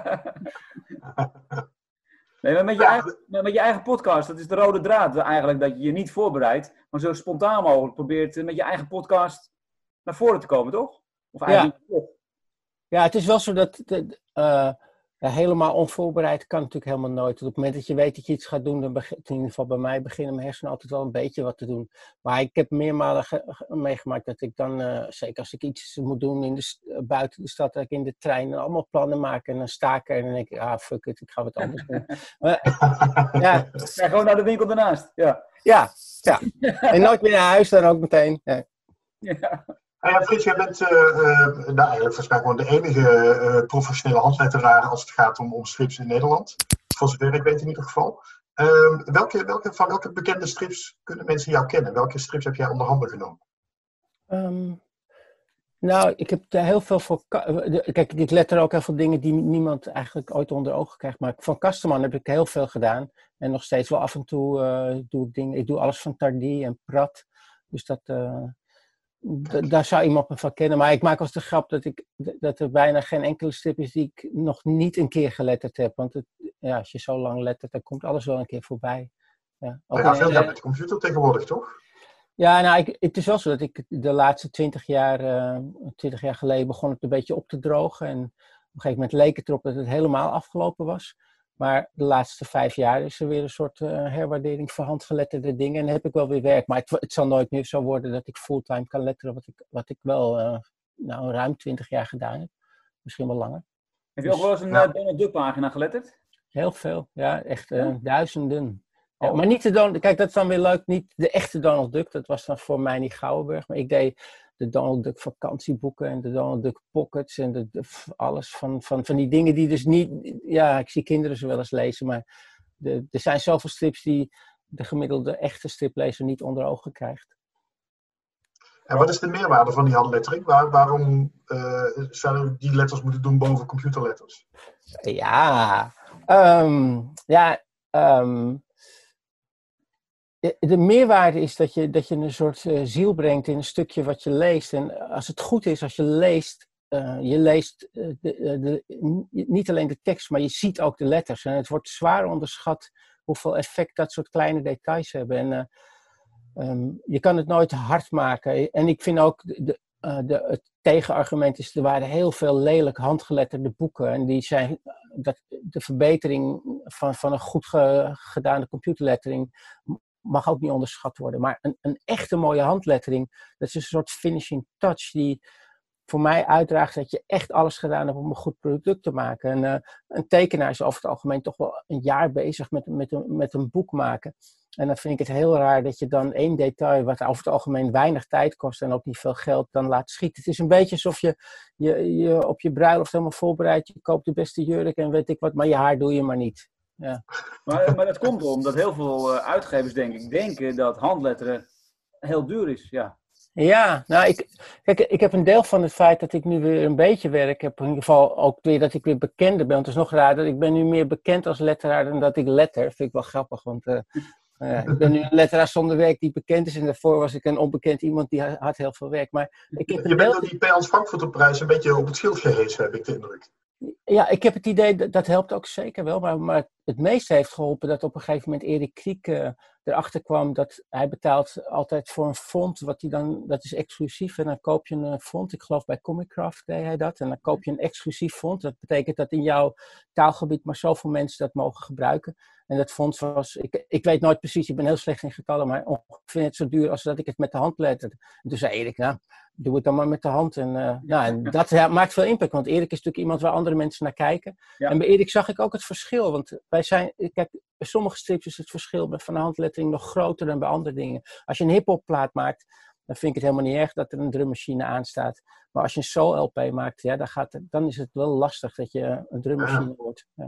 Nee, maar met je, eigen, met je eigen podcast, dat is de rode draad eigenlijk, dat je je niet voorbereidt, maar zo spontaan mogelijk probeert met je eigen podcast naar voren te komen, toch? Of eigenlijk ja. ja, het is wel zo dat de, uh, ja, helemaal onvoorbereid kan natuurlijk helemaal nooit. Op het moment dat je weet dat je iets gaat doen, dan begint, in ieder geval bij mij beginnen mijn hersenen altijd wel een beetje wat te doen. Maar ik heb meermalen ge- ge- meegemaakt dat ik dan, uh, zeker als ik iets moet doen in de, uh, buiten de stad, dat ik in de trein allemaal plannen maak en dan sta ik er en dan denk ik, ah fuck it, ik ga wat anders doen. Maar, ja. ja, gewoon naar de winkel daarnaast. Ja, ja, ja. En nooit meer naar huis dan ook meteen. Ja. Ja. Ja, Frits, jij bent uh, uh, nou, eigenlijk volgens mij gewoon de enige uh, professionele handletteraar als het gaat om, om strips in Nederland. Voor zover ik weet in ieder geval. Uh, welke, welke, van welke bekende strips kunnen mensen jou kennen? Welke strips heb jij onder handen genomen? Um, nou, ik heb er heel veel voor... Kijk, ik letter ook heel veel dingen die niemand eigenlijk ooit onder ogen krijgt. Maar van Kasteman heb ik heel veel gedaan. En nog steeds wel af en toe uh, doe ik dingen. Ik doe alles van Tardy en Prat. Dus dat... Uh, D- daar zou iemand me van kennen. Maar ik maak als de grap dat, ik, dat er bijna geen enkele strip is die ik nog niet een keer geletterd heb. Want het, ja, als je zo lang lettert, dan komt alles wel een keer voorbij. Ja, ook ja, veel gaat met de computer tegenwoordig, toch? Ja, nou, ik, het is wel zo dat ik de laatste twintig jaar, uh, twintig jaar geleden begon het een beetje op te drogen. En op een gegeven moment leek het erop dat het helemaal afgelopen was. Maar de laatste vijf jaar is er weer een soort uh, herwaardering voor handgeletterde dingen. En dan heb ik wel weer werk. Maar het, het zal nooit meer zo worden dat ik fulltime kan letteren. Wat ik, wat ik wel uh, nou, ruim twintig jaar gedaan heb. Misschien wel langer. Heb je dus, ook wel eens een ja. uh, Donald Duck pagina geletterd? Heel veel. Ja, echt uh, ja. duizenden. Ja, maar niet de Donald... Kijk, dat is dan weer leuk. Niet de echte Donald Duck. Dat was dan voor mij niet Gouwenberg. Maar ik deed de Donald Duck vakantieboeken en de Donald Duck pockets en de, de, alles van, van, van die dingen die dus niet... Ja, ik zie kinderen ze wel eens lezen, maar de, er zijn zoveel strips die de gemiddelde echte striplezer niet onder ogen krijgt. En wat is de meerwaarde van die handlettering? Waar, waarom uh, zouden we die letters moeten doen boven computerletters? Ja, um, ja... Um, De meerwaarde is dat je, dat je een soort uh, ziel brengt in een stukje wat je leest. En als het goed is, als je leest, uh, je leest uh, de, de, niet alleen de tekst, maar je ziet ook de letters. En het wordt zwaar onderschat hoeveel effect dat soort kleine details hebben. En uh, um, je kan het nooit hard maken. En ik vind ook, de, uh, de, het tegenargument is, er waren heel veel lelijk handgeletterde boeken. En die zijn, dat, de verbetering van, van een goed ge, gedane computerlettering mag ook niet onderschat worden. Maar een, een echte mooie handlettering, dat is een soort finishing touch die voor mij uitdraagt dat je echt alles gedaan hebt om een goed product te maken. En, uh, een tekenaar is over het algemeen toch wel een jaar bezig met, met, een, met een boek maken. En dan vind ik het heel raar dat je dan één detail, wat over het algemeen weinig tijd kost en ook niet veel geld, dan laat schieten. Het is een beetje alsof je, je, je op je bruiloft helemaal voorbereidt, je koopt de beste jurk en weet ik wat, maar je haar doe je maar niet. Ja. Maar, maar dat komt erom dat heel veel uh, uitgevers, denk ik, denken dat handletteren heel duur is. Ja, ja nou, ik, kijk, ik heb een deel van het feit dat ik nu weer een beetje werk, heb in ieder geval ook weer dat ik weer bekender ben. Want het is nog raar dat ik ben nu meer bekend als letteraar dan dat ik letter. Dat vind ik wel grappig, want uh, uh, ik ben nu een letteraar zonder werk die bekend is. En daarvoor was ik een onbekend iemand die had heel veel werk. Maar ik heb je bent door die P. Hans Frankfurterprijs een beetje op het schild gehezen, heb ik de indruk. Ja, ik heb het idee, dat, dat helpt ook zeker wel. Maar, maar het meeste heeft geholpen dat op een gegeven moment Erik Kriek uh, erachter kwam dat hij betaalt altijd voor een font, wat hij dan, dat is exclusief. En dan koop je een font, ik geloof bij Comicraft deed hij dat. En dan koop je een exclusief font. Dat betekent dat in jouw taalgebied maar zoveel mensen dat mogen gebruiken. En dat font was, ik, ik weet nooit precies, ik ben heel slecht in getallen, maar ongeveer net zo duur als dat ik het met de hand letterde. En toen zei Erik, nou, doe het dan maar met de hand. En, uh, nou, en dat ja, maakt veel impact, want Erik is natuurlijk iemand waar andere mensen naar kijken. Ja. En bij Erik zag ik ook het verschil, want wij zijn, kijk, bij sommige strips is het verschil van de handlettering nog groter dan bij andere dingen. Als je een hip-hop plaat maakt, dan vind ik het helemaal niet erg dat er een drummachine aanstaat. Maar als je een soul-L P maakt, ja, dan, gaat het, dan is het wel lastig dat je een drummachine wordt. Ja.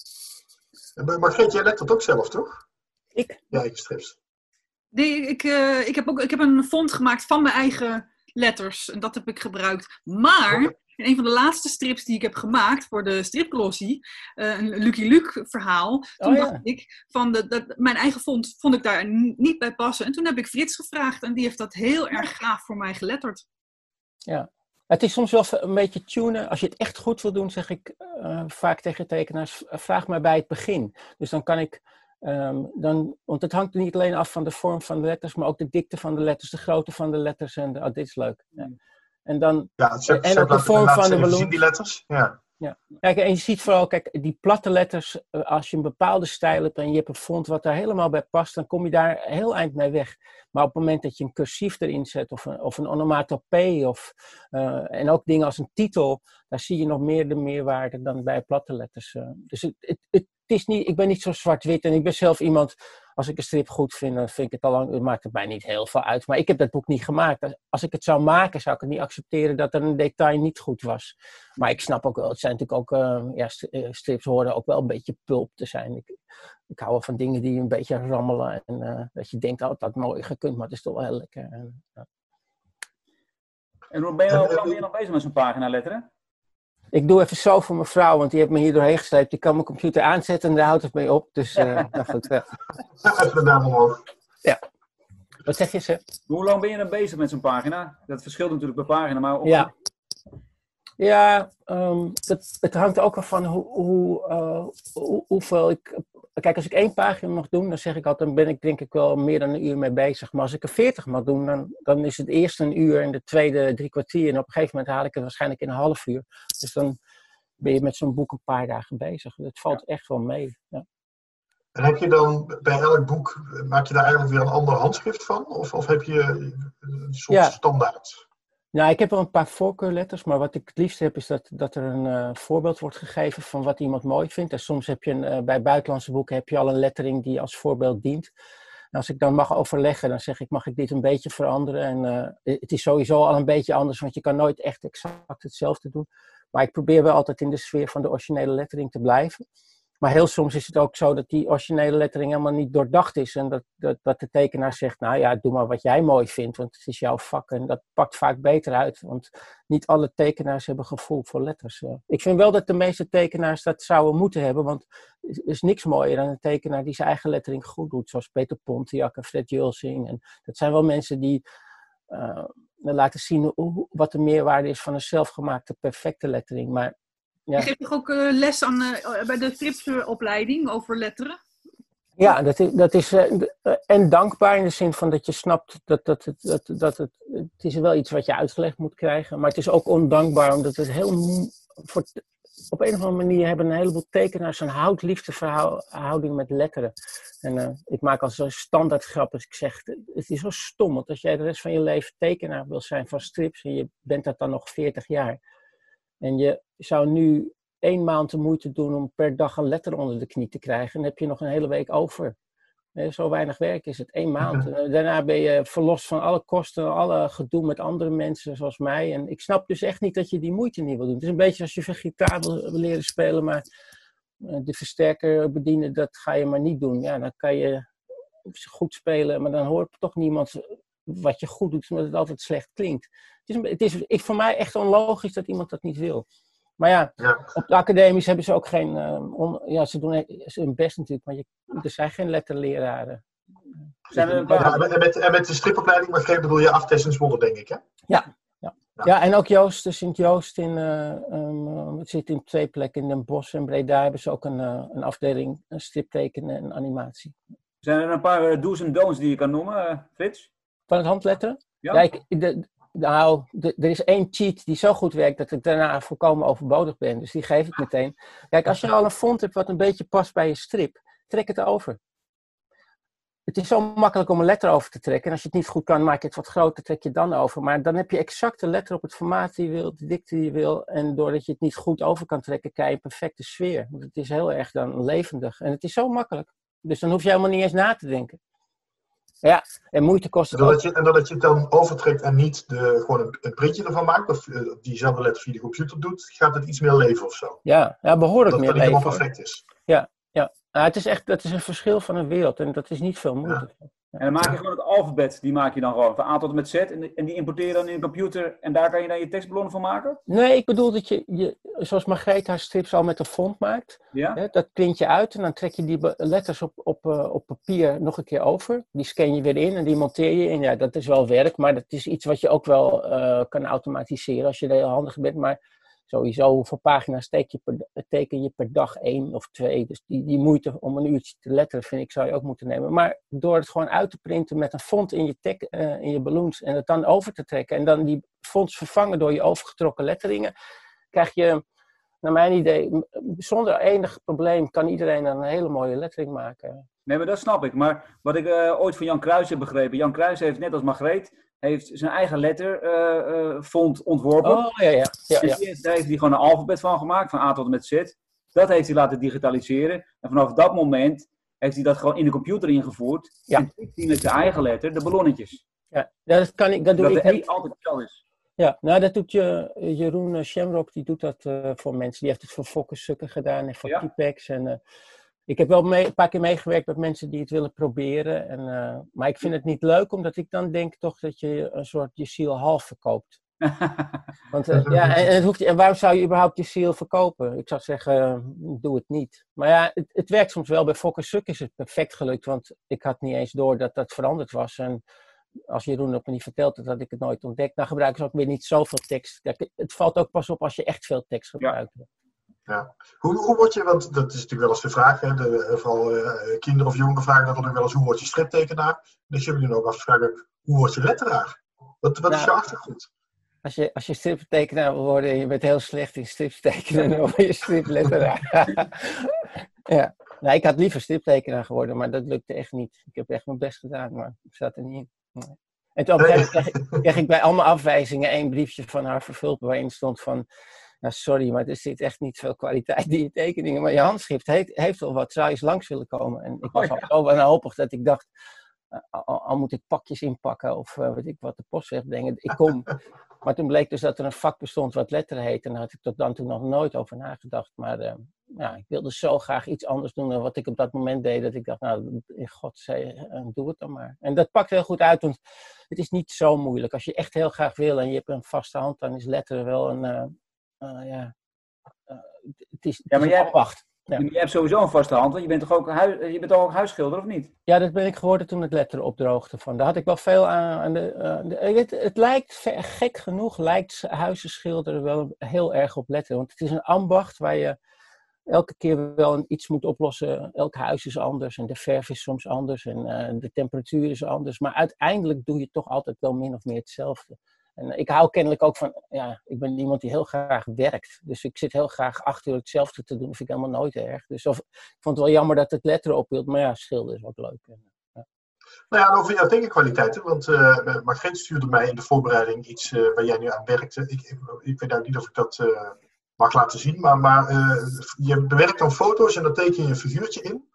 Maar Greet, jij lettert ook zelf, toch? Ik? Ja, ik strips. Nee, ik, uh, ik, heb ook, ik heb een font gemaakt van mijn eigen letters. En dat heb ik gebruikt. Maar in een van de laatste strips die ik heb gemaakt voor de stripglossie, uh, een Lucky Luke verhaal, toen oh, ja. dacht ik van de, de, mijn eigen font vond ik daar n- niet bij passen. En toen heb ik Frits gevraagd en die heeft dat heel erg gaaf voor mij geletterd. Ja. Het is soms wel een beetje tunen. Als je het echt goed wil doen, zeg ik uh, vaak tegen tekenaars, vraag maar bij het begin. Dus dan kan ik, um, dan, want het hangt niet alleen af van de vorm van de letters, maar ook de dikte van de letters, de grootte van de letters. En de, oh, dit is leuk. Ja. En, dan, ja, het zet, en ook de vorm van de ballon. Zien die letters? Ja. Ja. Kijk, en je ziet vooral, kijk, die platte letters, als je een bepaalde stijl hebt en je hebt een font wat daar helemaal bij past, dan kom je daar heel eind mee weg. Maar op het moment dat je een cursief erin zet of een, of een onomatopee of, uh, en ook dingen als een titel, daar zie je nog meer de meerwaarde dan bij platte letters. Uh. Dus het, het, het is niet, ik ben niet zo zwart-wit en ik ben zelf iemand, als ik een strip goed vind, dan vind ik het al lang, het maakt het mij niet heel veel uit. Maar ik heb dat boek niet gemaakt. Als ik het zou maken, zou ik het niet accepteren dat er een detail niet goed was. Maar ik snap ook wel, het zijn natuurlijk ook, uh, ja, strips horen ook wel een beetje pulp te zijn. Ik, ik hou wel van dingen die een beetje rammelen en uh, dat je denkt, oh, dat had mooi gekund, maar het is toch wel heel lekker. En, ja. En hoe ben je, hoe lang ben je nog bezig met zo'n pagina letteren? Ik doe even zo voor mijn vrouw, want die heeft me hier doorheen gesleept. Die kan mijn computer aanzetten en daar houdt het mee op. Dus, uh, nou goed. Ja. Even de naam omhoog. Ja. Wat zeg je, ze? Hoe lang ben je dan bezig met zo'n pagina? Dat verschilt natuurlijk per pagina, maar... Op... Ja, ja um, het, het hangt ook af van hoe, hoe, uh, hoe, hoeveel ik... Kijk, als ik één pagina mag doen, dan zeg ik altijd, dan ben ik denk ik wel meer dan een uur mee bezig. Maar als ik er veertig mag doen, dan, dan is het eerste een uur en de tweede drie kwartier. En op een gegeven moment haal ik het waarschijnlijk in een half uur. Dus dan ben je met zo'n boek een paar dagen bezig. Het valt ja. echt wel mee. Ja. En heb je dan bij elk boek, maak je daar eigenlijk weer een ander handschrift van? Of, of heb je een soort ja. standaard? Nou, ik heb wel een paar voorkeurletters, maar wat ik het liefst heb is dat, dat er een uh, voorbeeld wordt gegeven van wat iemand mooi vindt. En soms heb je een, uh, bij buitenlandse boeken heb je al een lettering die als voorbeeld dient. En als ik dan mag overleggen, dan zeg ik, mag ik dit een beetje veranderen? En uh, het is sowieso al een beetje anders, want je kan nooit echt exact hetzelfde doen. Maar ik probeer wel altijd in de sfeer van de originele lettering te blijven. Maar heel soms is het ook zo dat die originele lettering helemaal niet doordacht is. En dat, dat, dat de tekenaar zegt, nou ja, doe maar wat jij mooi vindt, want het is jouw vak. En dat pakt vaak beter uit, want niet alle tekenaars hebben gevoel voor letters. Ik vind wel dat de meeste tekenaars dat zouden moeten hebben, want er is niks mooier dan een tekenaar die zijn eigen lettering goed doet. Zoals Peter Pontiac en Fred Julsing. En dat zijn wel mensen die uh, laten zien hoe, wat de meerwaarde is van een zelfgemaakte perfecte lettering. Maar ja. Je geeft toch ook uh, les aan, uh, bij de stripsopleiding over letteren? Ja, dat is, dat is uh, en dankbaar in de zin van dat je snapt dat, dat, dat, dat, dat het, het is wel iets wat je uitgelegd moet krijgen. Maar het is ook ondankbaar omdat het heel, voor, op een of andere manier hebben een heleboel tekenaars een houd-liefde-verhouding met letteren. En uh, ik maak al zo'n standaard grap als ik zeg, het is zo stom, want als jij de rest van je leven tekenaar wil zijn van strips en je bent dat dan nog veertig jaar... En je zou nu één maand de moeite doen om per dag een letter onder de knie te krijgen. Dan heb je nog een hele week over. Zo weinig werk is het, één maand. Daarna ben je verlost van alle kosten, alle gedoe met andere mensen zoals mij. En ik snap dus echt niet dat je die moeite niet wil doen. Het is een beetje als je van gitaar wil leren spelen, maar de versterker bedienen, dat ga je maar niet doen. Ja, dan kan je goed spelen, maar dan hoort toch niemand wat je goed doet, omdat het altijd slecht klinkt. Het is, het is ik, voor mij echt onlogisch dat iemand dat niet wil. Maar ja, ja. op de academies hebben ze ook geen... Uh, on, ja, ze doen hun best natuurlijk, maar je, er zijn geen letterleraren. Zijn er ja, en, met, en met de stripopleiding, maar geen bedoel je Aftest en Zwolle, denk ik, hè? Ja, ja. ja. ja en ook Joost, de Sint-Joost, in, uh, um, het zit in twee plekken. In Den Bosch en Breda hebben ze ook een, uh, een afdeling, een striptekenen en animatie. Zijn er een paar uh, do's en don'ts die je kan noemen, uh, Frits? Van het handletteren? Ja. ja ik, de, nou, de, er is één cheat die zo goed werkt dat ik daarna volkomen overbodig ben. Dus die geef ik meteen. Kijk, als je al een font hebt wat een beetje past bij je strip, trek het over. Het is zo makkelijk om een letter over te trekken. En als je het niet goed kan, maak je het wat groter, trek je het dan over. Maar dan heb je exact de letter op het formaat die je wil, de dikte die je wil. En doordat je het niet goed over kan trekken, krijg je een perfecte sfeer. Want het is heel erg dan levendig. En het is zo makkelijk. Dus dan hoef je helemaal niet eens na te denken. Ja, en moeite kost het ook. Je, en doordat je het dan overtrekt en niet de, gewoon een, een printje ervan maakt, of uh, diezelfde letter via de computer doet, gaat het iets meer leven of zo. Ja, ja behoorlijk dat meer leven. leven. Dat het niet helemaal perfect is. Ja, ja. Nou, het is echt, dat is een verschil van een wereld en dat is niet veel moeite. Ja. En dan maak je gewoon het alfabet, die maak je dan gewoon van A tot en met Z. En die, en die importeer je dan in een computer en daar kan je dan je tekstballonnen van maken? Nee, ik bedoel dat je, je zoals Margreet haar strips al met een font maakt. Ja? Hè, dat print je uit en dan trek je die letters op, op, uh, op papier nog een keer over. Die scan je weer in en die monteer je in. Ja, dat is wel werk, maar dat is iets wat je ook wel uh, kan automatiseren als je er heel handig bent. Maar sowieso, hoeveel pagina's teken je, per, teken je per dag? één of twee. Dus die, die moeite om een uurtje te letteren, vind ik, zou je ook moeten nemen. Maar door het gewoon uit te printen met een font in je, tek, uh, in je balloons en het dan over te trekken en dan die fonts vervangen door je overgetrokken letteringen, krijg je, naar mijn idee, zonder enig probleem kan iedereen dan een hele mooie lettering maken. Nee, maar dat snap ik. Maar wat ik uh, ooit van Jan Kruijs heb begrepen. Jan Kruijs heeft, net als Margreet, heeft zijn eigen letterfont uh, uh, ontworpen. Oh, ja, ja. ja, ja. En heeft, daar heeft hij gewoon een alfabet van gemaakt, van A tot en met Z. Dat heeft hij laten digitaliseren. En vanaf dat moment heeft hij dat gewoon in de computer ingevoerd. Ja. En tikt hij met zijn eigen letter de ballonnetjes. Ja, dat kan ik, dat doe dat ik de niet. E altijd zo is. Ja, nou dat doet je, Jeroen Shamrock, die doet dat uh, voor mensen. Die heeft het voor Fokker Sukker gedaan en voor Ja. T-Pex. En uh, ik heb wel mee, een paar keer meegewerkt met mensen die het willen proberen. En, uh, maar ik vind het niet leuk, omdat ik dan denk toch dat je een soort je ziel half verkoopt. Want, uh, ja, en, en, het hoeft, en waarom zou je überhaupt je ziel verkopen? Ik zou zeggen, uh, doe het niet. Maar ja, het, het werkt soms wel. Bij Fokker Sukker is het perfect gelukt, want ik had niet eens door dat dat veranderd was. En als Jeroen het me niet verteld had, had ik het nooit ontdekt. Dan gebruiken ze ook weer niet zoveel tekst. Kijk, het valt ook pas op als je echt veel tekst gebruikt. Ja. Ja. Hoe, hoe word je, want dat is natuurlijk wel eens de vraag, hè, de, vooral uh, kinderen of jongeren vragen natuurlijk wel eens, hoe word je striptekenaar? Dus jullie doen ook af vragen, hoe word je letteraar? Wat, wat Nou, is je achtergrond? Als je, als je striptekenaar wil worden en je bent heel slecht in strips tekenen, dan word je stripletteraar. Ja. Nou, ik had liever striptekenaar geworden, maar dat lukte echt niet. Ik heb echt mijn best gedaan, maar ik zat er niet in. Nee. En toen op een gegeven moment kreeg ik, kreeg ik bij allemaal afwijzingen één briefje van haar vervuld, waarin stond van, nou sorry, maar er zit echt niet veel kwaliteit in je tekeningen, maar je handschrift heeft, heeft wel wat, zou je eens langs willen komen? En ik was Oh, ja. al zo wanhopig dat ik dacht, uh, al, al moet ik pakjes inpakken of uh, weet ik wat, de post wegbrengen, ik kom. Maar toen bleek dus dat er een vak bestond wat letteren heet. En daar had ik tot dan toe nog nooit over nagedacht. Maar uh, ja, ik wilde zo graag iets anders doen dan wat ik op dat moment deed. Dat ik dacht, nou, in godzee, uh, doe het dan maar. En dat pakt heel goed uit, want het is niet zo moeilijk. Als je echt heel graag wil en je hebt een vaste hand, dan is letteren wel een, uh, uh, ja, uh, het is, het Ja, maar is een jij- ambacht. Ja. Je hebt sowieso een vaste hand, want je bent toch ook, hui- je bent toch ook huisschilder, of niet? Ja, dat ben ik geworden toen het letteren opdroogde. Van. Daar had ik wel veel aan. aan de, uh, de, het, het lijkt, ver- gek genoeg, lijkt huizen schilderen wel heel erg op letteren. Want het is een ambacht waar je elke keer wel iets moet oplossen. Elk huis is anders en de verf is soms anders en uh, de temperatuur is anders. Maar uiteindelijk doe je toch altijd wel min of meer hetzelfde. En ik hou kennelijk ook van, ja, ik ben iemand die heel graag werkt. Dus ik zit heel graag acht uur hetzelfde te doen. Dat vind ik helemaal nooit erg. Dus of, ik vond het wel jammer dat het letteren ophield. Maar ja, schilderen is ook leuk. Ja. Nou ja, en over jouw tekenkwaliteiten, want uh, Margreet stuurde mij in de voorbereiding iets uh, waar jij nu aan werkte. Ik, ik, ik weet nou niet of ik dat uh, mag laten zien, maar, maar uh, je bewerkt dan foto's en dan teken je een figuurtje in.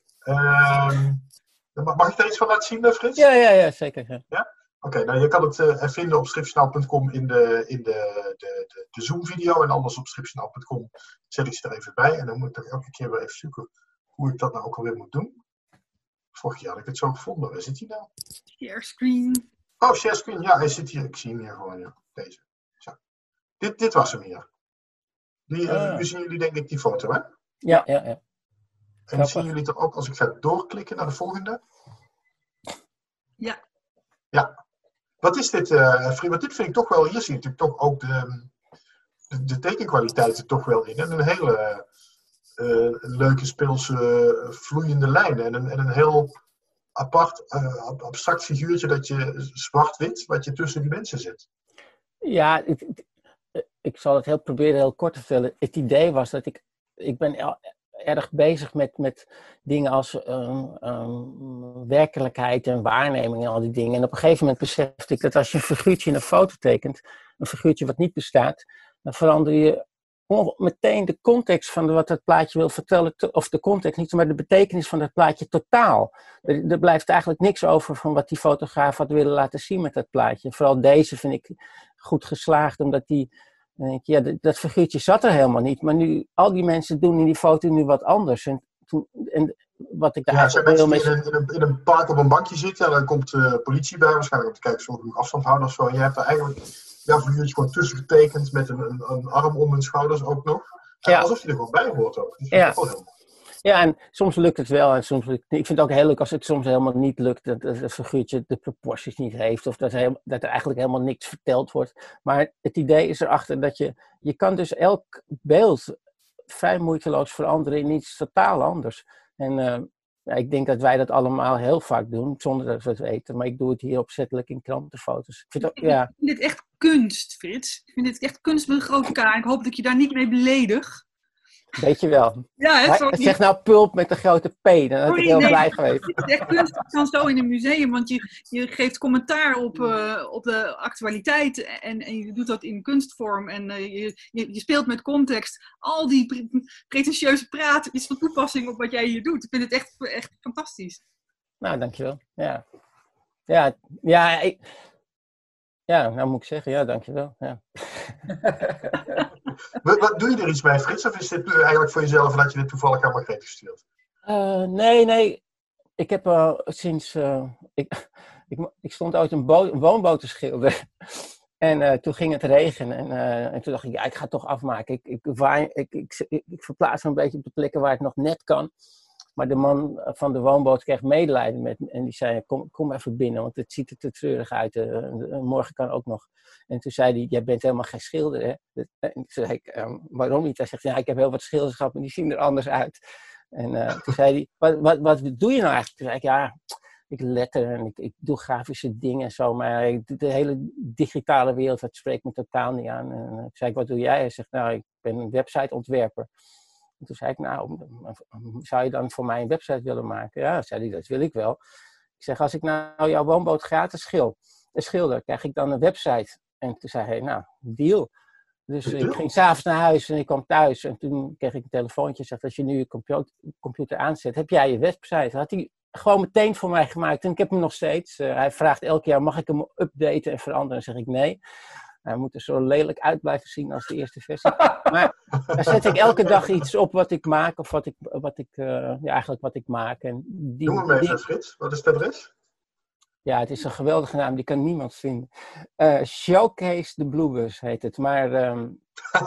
Uh, mag, mag ik daar iets van laten zien, Frits? Ja, ja, ja, zeker. Ja. Ja? Oké, okay, nou je kan het uh, vinden op stripjournaal punt com in de, in de, de, de, de Zoom-video en anders op stripjournaal punt com zet ik ze er even bij. En dan moet ik toch elke keer weer even zoeken hoe ik dat nou ook alweer moet doen. Vorig jaar had ik het zo gevonden. Waar zit hij nou? Share screen. Oh, share screen. Ja, hij zit hier. Ik zie hem hier gewoon. Ja. Deze. Zo. Dit, dit was hem hier. Die, uh, nu zien jullie denk ik die foto, hè? Ja, ja, ja. En Grappig. zien jullie het er ook als ik ga doorklikken naar de volgende? Ja. Ja. Wat is dit, uh, Frie? Want dit vind ik toch wel, hier zie je natuurlijk toch ook de, de, de tekenkwaliteiten toch wel in. En een hele uh, leuke speelse uh, vloeiende lijn. En een, en een heel apart, uh, abstract figuurtje dat je zwart-wit, wat je tussen die mensen zet. Ja, het, het, ik zal het heel proberen heel kort te vertellen. Het idee was dat ik, ik ben el, erg bezig met, met dingen als um, um, werkelijkheid en waarneming en al die dingen. En op een gegeven moment besefte ik dat als je een figuurtje in een foto tekent, een figuurtje wat niet bestaat, dan verander je meteen de context van wat het plaatje wil vertellen, of de context niet, maar de betekenis van dat plaatje totaal. Er, er blijft eigenlijk niks over van wat die fotograaf had willen laten zien met dat plaatje. Vooral deze vind ik goed geslaagd, omdat die, dan denk je, ja, dat, dat figuurtje zat er helemaal niet, maar nu, al die mensen doen in die foto nu wat anders. En, toen, en wat ik daar Ja, er zijn eigenlijk mensen heel die mee... in een, in een park op een bankje zitten en dan komt de uh, politie bij, waarschijnlijk om te kijken of ze genoeg afstand houden of zo. En je hebt er eigenlijk ja, figuurtjes gewoon tussen getekend met een, een, een arm om hun schouders ook nog. En ja. Alsof je er gewoon bij hoort ook. Dus ja. Dat is heel mooi. Ja, en soms lukt het wel en soms lukt het niet. Ik vind het ook heel leuk als het soms helemaal niet lukt, dat het figuurtje de proporties niet heeft of dat, heel, dat er eigenlijk helemaal niks verteld wordt. Maar het idee is erachter dat je, je kan dus elk beeld vrij moeiteloos veranderen in iets totaal anders. En uh, ja, ik denk dat wij dat allemaal heel vaak doen, zonder dat we het weten. Maar ik doe het hier opzettelijk in krantenfoto's. Ik vind, ook, ja. ik vind dit echt kunst, Frits. Ik vind dit echt kunst met een grote K. Ik hoop dat ik je daar niet mee beledig. Weet je wel. Ja, hè, maar, zeg nou pulp met een grote P, dan had ik heel nee, blij geweest. Het is echt kunst van zo in een museum, want je, je geeft commentaar op, uh, op de actualiteit en, en je doet dat in kunstvorm en uh, je, je, je speelt met context. Al die pre- pretentieuze praat is van toepassing op wat jij hier doet. Ik vind het echt, echt fantastisch. Nou, dankjewel. Ja, ja, ja, ik, ja nou moet ik zeggen, ja, dankjewel. Ja. wat, wat doe je er iets bij, Frits? Of is dit eigenlijk voor jezelf dat je dit toevallig aan Margreet gestuurd? Uh, nee, nee. Ik heb uh, sinds... Uh, ik, ik, ik stond ooit een, bo- een woonboot te schilderen. En uh, toen ging het regenen. En, uh, en toen dacht ik, ja, ik ga het toch afmaken. Ik, ik, waai, ik, ik, ik, ik verplaats me een beetje op de plekken waar het nog net kan. Maar de man van de woonboot kreeg medelijden met me. En die zei, kom, kom even binnen, want het ziet er te treurig uit. Uh, uh, morgen kan ook nog. En toen zei hij, jij bent helemaal geen schilder, hè? En toen zei ik, um, waarom niet? Hij zegt, ja, ik heb heel wat schilders gehad, maar die zien er anders uit. En uh, toen zei hij, wat, wat, wat doe je nou eigenlijk? Toen zei ik, ja, ik letter en ik, ik doe grafische dingen en zo. Maar ik, de hele digitale wereld, dat spreekt me totaal niet aan. En toen zei ik, wat doe jij? Hij zegt, nou, ik ben een websiteontwerper. En toen zei ik, nou, zou je dan voor mij een website willen maken? Ja, zei hij, dat wil ik wel. Ik zeg, als ik nou jouw woonboot gratis schil, schilder, krijg ik dan een website? En toen zei hij, nou, deal. Dus ik ging s'avonds naar huis en ik kwam thuis. En toen kreeg ik een telefoontje. Zegt, als je nu je computer, computer aanzet, heb jij je website? Dat had hij gewoon meteen voor mij gemaakt. En ik heb hem nog steeds. Uh, hij vraagt elk jaar, mag ik hem updaten en veranderen? En dan zeg ik nee. Hij moet er zo lelijk uit blijven zien als de eerste versie. Maar dan zet ik elke dag iets op wat ik maak. Of wat ik, wat ik, uh, ja, eigenlijk wat ik maak. En die, Noem hem even, die... Frits. Wat is het adres? Ja, het is een geweldige naam. Die kan niemand vinden. Uh, Showcase the Bluebus heet het. Maar um,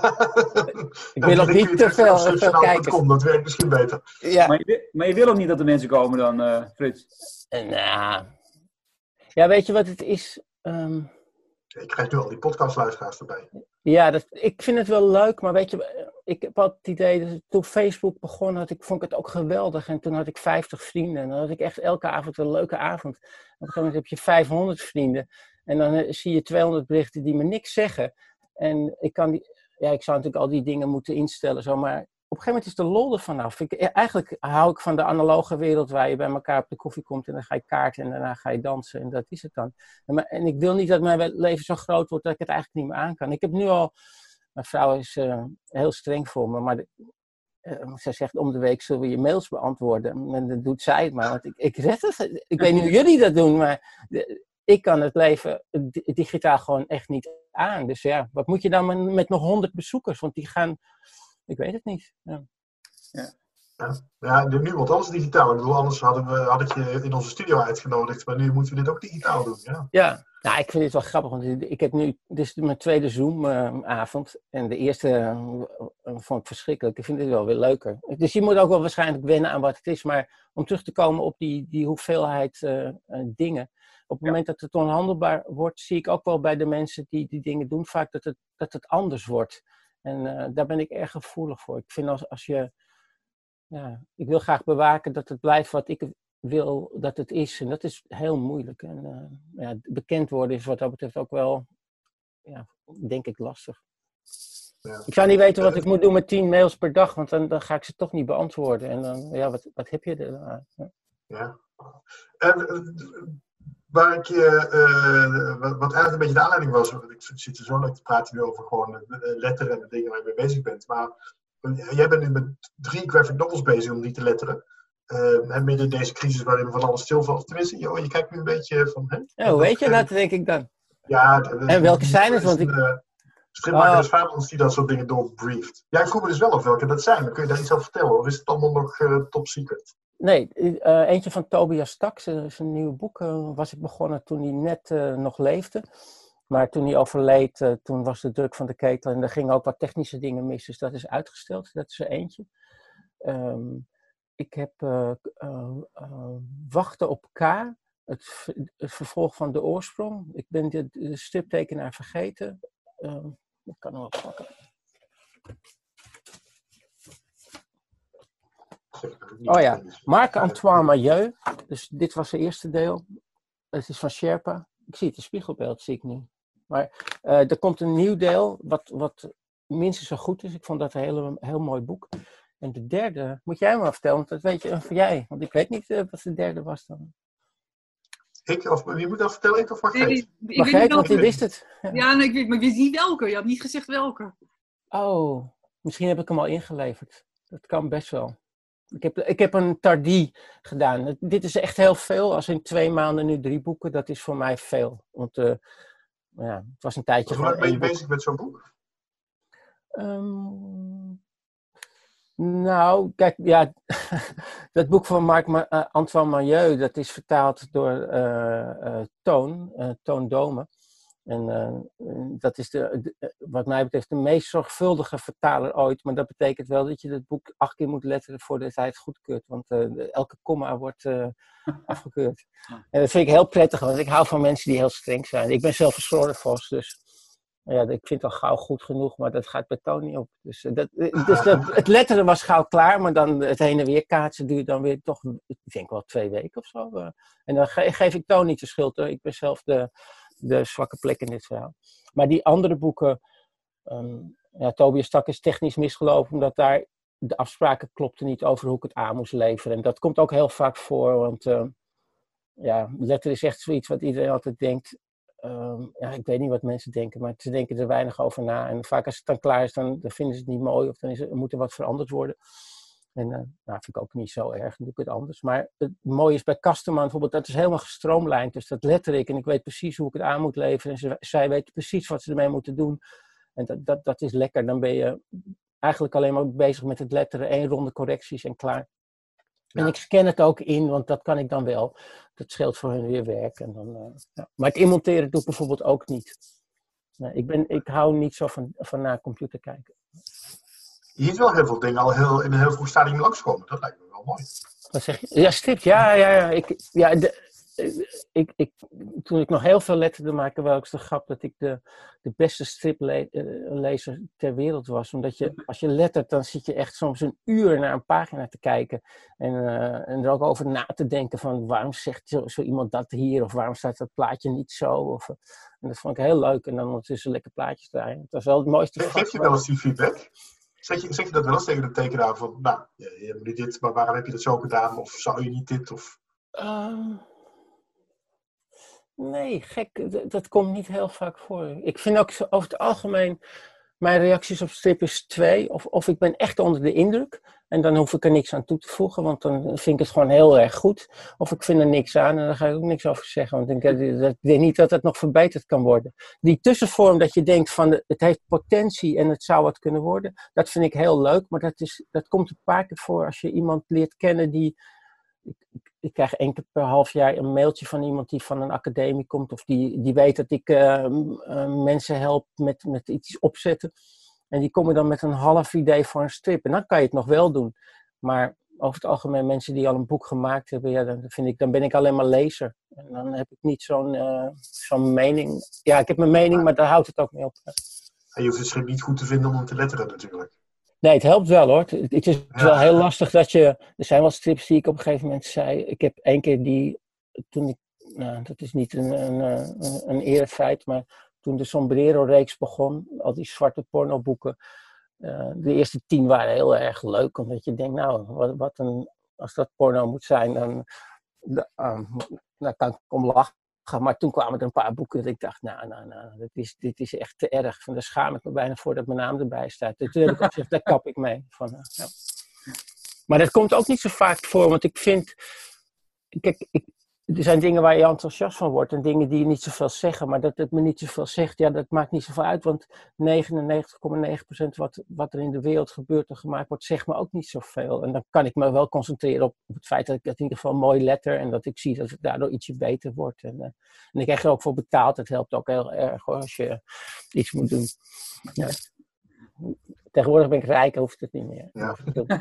ik wil ook niet te veel, veel kijken. Dat werkt misschien beter. Ja. Maar, je, maar je wil ook niet dat de mensen komen dan, uh, Frits? Uh, nou... Ja, weet je wat het is? Um... Ik krijg nu al die podcastluisteraars erbij. Ja, dat, ik vind het wel leuk, maar weet je, ik heb altijd het idee, dat toen Facebook begon, had ik, vond ik het ook geweldig. En toen had ik vijftig vrienden en dan had ik echt elke avond een leuke avond. En op een gegeven moment heb je vijfhonderd vrienden en dan uh, zie je tweehonderd berichten die me niks zeggen. En ik kan die, ja, ik zou natuurlijk al die dingen moeten instellen, zo, maar op een gegeven moment is de lol er vanaf. Ik, eigenlijk hou ik van de analoge wereld waar je bij elkaar op de koffie komt en dan ga je kaarten en daarna ga je dansen en dat is het dan. En, maar, en ik wil niet dat mijn leven zo groot wordt dat ik het eigenlijk niet meer aan kan. Ik heb nu al, mijn vrouw is uh, heel streng voor me, maar de, uh, zij zegt om de week zullen we je mails beantwoorden. En dan doet zij het maar, want ik, ik red het. Ik weet niet hoe jullie dat doen, maar de, ik kan het leven digitaal gewoon echt niet aan. Dus ja, wat moet je dan met nog honderd bezoekers? Want die gaan... Ik weet het niet. Ja, ja. ja. ja nu wordt alles digitaal. Ik bedoel, anders hadden we, had ik je in onze studio uitgenodigd. Maar nu moeten we dit ook digitaal doen. Ja, ja. Nou, ik vind het wel grappig. Want ik heb nu, dit is mijn tweede Zoom-avond. En de eerste uh, vond ik verschrikkelijk. Ik vind het wel weer leuker. Dus je moet ook wel waarschijnlijk wennen aan wat het is. Maar om terug te komen op die, die hoeveelheid uh, uh, dingen. Op het ja. moment dat het onhandelbaar wordt, zie ik ook wel bij de mensen die die dingen doen vaak dat het, dat het anders wordt. En uh, daar ben ik erg gevoelig voor. Ik vind als, als je... Ja, ik wil graag bewaken dat het blijft wat ik wil dat het is. En dat is heel moeilijk. En uh, ja, bekend worden is wat dat betreft ook wel, ja, denk ik, lastig. Ja. Ik zou niet weten wat ik moet doen met tien mails per dag, want dan, dan ga ik ze toch niet beantwoorden. En dan, ja, wat, wat heb je er? Uh, ja. En, waar ik je, uh, wat, wat eigenlijk een beetje de aanleiding was, want ik zit er zo leuk te praten nu over gewoon uh, letteren en de dingen waar je mee bezig bent. Maar uh, jij bent nu met drie graphic novels bezig om die te letteren. Uh, en midden in deze crisis waarin van alles stilvalt. Tenminste, joh, je kijkt nu een beetje van... Hè, ja, hoe weet je dat, denk ik dan? Ja, de, en welke zijn het? Want ik... Uh, stripmaker is Vaderlands die dat soort dingen doorbrieft. Jij vroeg me dus wel of welke dat zijn. Dan kun je daar iets over vertellen. Of is het allemaal nog uh, top secret? nee, uh, eentje van Tobias Tax, uh, zijn nieuwe boek, uh, was ik begonnen toen hij net uh, nog leefde. Maar toen hij overleed, uh, toen was de druk van de ketel en er gingen ook wat technische dingen mis. Dus dat is uitgesteld, dat is er eentje. Um, ik heb uh, uh, uh, Wachten op K, het, het vervolg van De Oorsprong. Ik ben de, de striptekenaar vergeten. Uh, ik kan hem wel pakken. Oh ja, Marc-Antoine Mailleu. Dus dit was het eerste deel. Het is van Sherpa. Ik zie het in spiegelbeeld, zie ik nu. Maar uh, er komt een nieuw deel, wat, wat minstens zo goed is. Ik vond dat een heel, heel mooi boek. En de derde, moet jij maar vertellen, want dat weet je van jij. Want ik weet niet uh, wat de derde was dan. Ik? Of wie moet dat vertellen? Ik of Margreet? Nee, ik Margreet, want die wist het. Ja, nee, ik weet, maar ik weet niet welke. Je had niet gezegd welke. Oh, misschien heb ik hem al ingeleverd. Dat kan best wel. Ik heb, ik heb een tardie gedaan. Dit is echt heel veel. Als in twee maanden nu drie boeken, dat is voor mij veel. Want uh, ja, het was een tijdje... Hoe lang ben je bezig met zo'n boek? Um, nou, kijk, ja, dat boek van Marc-Antoine Mailleu, dat is vertaald door uh, uh, Toon, uh, Toon Dome. En uh, dat is de, de, wat mij betreft de meest zorgvuldige vertaler ooit. Maar dat betekent wel dat je het boek acht keer moet letteren voordat hij het goedkeurt. Want uh, elke komma wordt uh, afgekeurd. En dat vind ik heel prettig, want ik hou van mensen die heel streng zijn. Ik ben zelf een slordigvos, dus ja, ik vind het al gauw goed genoeg, maar dat gaat bij Toon niet op. Dus, uh, dat, dus dat, het letteren was gauw klaar, maar dan het heen en weer kaatsen duurt dan weer toch, ik denk wel twee weken of zo. Uh, en dan ge- geef ik Toon niet de schuld, hoor. Ik ben zelf de... de zwakke plek in dit verhaal. Maar die andere boeken... Um, ja, Tobias Tax is technisch misgelopen... omdat daar de afspraken klopten niet over hoe ik het aan moest leveren. En dat komt ook heel vaak voor. Want uh, ja, letter is echt zoiets wat iedereen altijd denkt. Um, ja, ik weet niet wat mensen denken... maar ze denken er weinig over na. En vaak als het dan klaar is... dan, dan vinden ze het niet mooi... of dan is er, moet er wat veranderd worden... En uh, nou, vind ik ook niet zo erg, dan doe ik het anders. Maar het mooie is bij Kasterman bijvoorbeeld, dat is helemaal gestroomlijnd. Dus dat letter ik en ik weet precies hoe ik het aan moet leveren. En ze, zij weten precies wat ze ermee moeten doen. En dat, dat, dat is lekker. Dan ben je eigenlijk alleen maar bezig met het letteren. Één ronde correcties en klaar. Ja. En ik scan het ook in, want dat kan ik dan wel. Dat scheelt voor hun weer werk. En dan, uh, ja. Maar het inmonteren doe ik bijvoorbeeld ook niet. Nee, ik, ben, ik hou niet zo van, van naar computer kijken. Je ziet wel heel veel dingen al heel, in een heel vroeg stadium langskomen. Dat lijkt me wel mooi. Wat zeg je? Ja, stipt. Ja, ja, ja. Ik, ja de, ik, ik, toen ik nog heel veel letterde maakte, wel eens de grap dat ik de, de beste striplezer ter wereld was. Omdat je, als je lettert, dan zit je echt soms een uur naar een pagina te kijken. En, uh, en er ook over na te denken van waarom zegt zo, zo iemand dat hier? Of waarom staat dat plaatje niet zo? Of, en dat vond ik heel leuk. En dan ondertussen lekker plaatjes draaien. Dat was wel het mooiste. Geef je wel eens die feedback? Zeg je, zeg je dat wel eens tegen de tekenaar van, nou, je hebt nu dit, maar waarom heb je dat zo gedaan? Of zou je niet dit? Of... Uh, nee, gek, d- dat komt niet heel vaak voor. Ik vind ook over het algemeen, mijn reacties op strip is twee. Of, of ik ben echt onder de indruk. En dan hoef ik er niks aan toe te voegen, want dan vind ik het gewoon heel erg goed. Of ik vind er niks aan en dan ga ik ook niks over zeggen. Want ik denk, ik denk niet dat het nog verbeterd kan worden. Die tussenvorm dat je denkt van het heeft potentie en het zou wat kunnen worden. Dat vind ik heel leuk, maar dat, is, dat komt een paar keer voor als je iemand leert kennen die... Ik, ik, ik krijg één keer per half jaar een mailtje van iemand die van een academie komt. Of die, die weet dat ik uh, uh, mensen help met, met iets opzetten. En die komen dan met een half idee voor een strip. En dan kan je het nog wel doen. Maar over het algemeen mensen die al een boek gemaakt hebben, ja, dan, vind ik, dan ben ik alleen maar lezer. En dan heb ik niet zo'n, uh, zo'n mening. Ja, ik heb mijn mening, maar daar houdt het ook mee op. En je hoeft het schip niet goed te vinden om hem te letteren natuurlijk. Nee, het helpt wel hoor. Het, het is ja. wel heel lastig dat je... Er zijn wel strips die ik op een gegeven moment zei. Ik heb één keer die... Toen ik... Nou, dat is niet een, een, een, een erefeit, maar... Toen de Sombrero-reeks begon, al die zwarte pornoboeken, uh, de eerste tien waren heel erg leuk. Omdat je denkt, nou, wat, wat een, als dat porno moet zijn, dan, uh, dan kan ik om lachen. Maar toen kwamen er een paar boeken dat ik dacht, nou, nou, nou, dit is, dit is echt te erg. Van, daar schaam ik me bijna voor dat mijn naam erbij staat. Dus toen heb ik ook gezegd, daar kap ik mee. Van, uh, ja. Maar dat komt ook niet zo vaak voor, want ik vind... Kijk, ik, er zijn dingen waar je enthousiast van wordt en dingen die je niet zoveel zeggen. Maar dat het me niet zoveel zegt, ja, dat maakt niet zoveel uit. Want negenennegentig komma negen procent wat, wat er in de wereld gebeurt en gemaakt wordt, zegt me ook niet zoveel. En dan kan ik me wel concentreren op, op het feit dat ik het in ieder geval mooi letter en dat ik zie dat het daardoor ietsje beter wordt. En, uh, en ik krijg er ook voor betaald. Het helpt ook heel erg hoor, als je iets moet doen. Ja. Tegenwoordig ben ik rijk, hoeft het niet meer. Ja.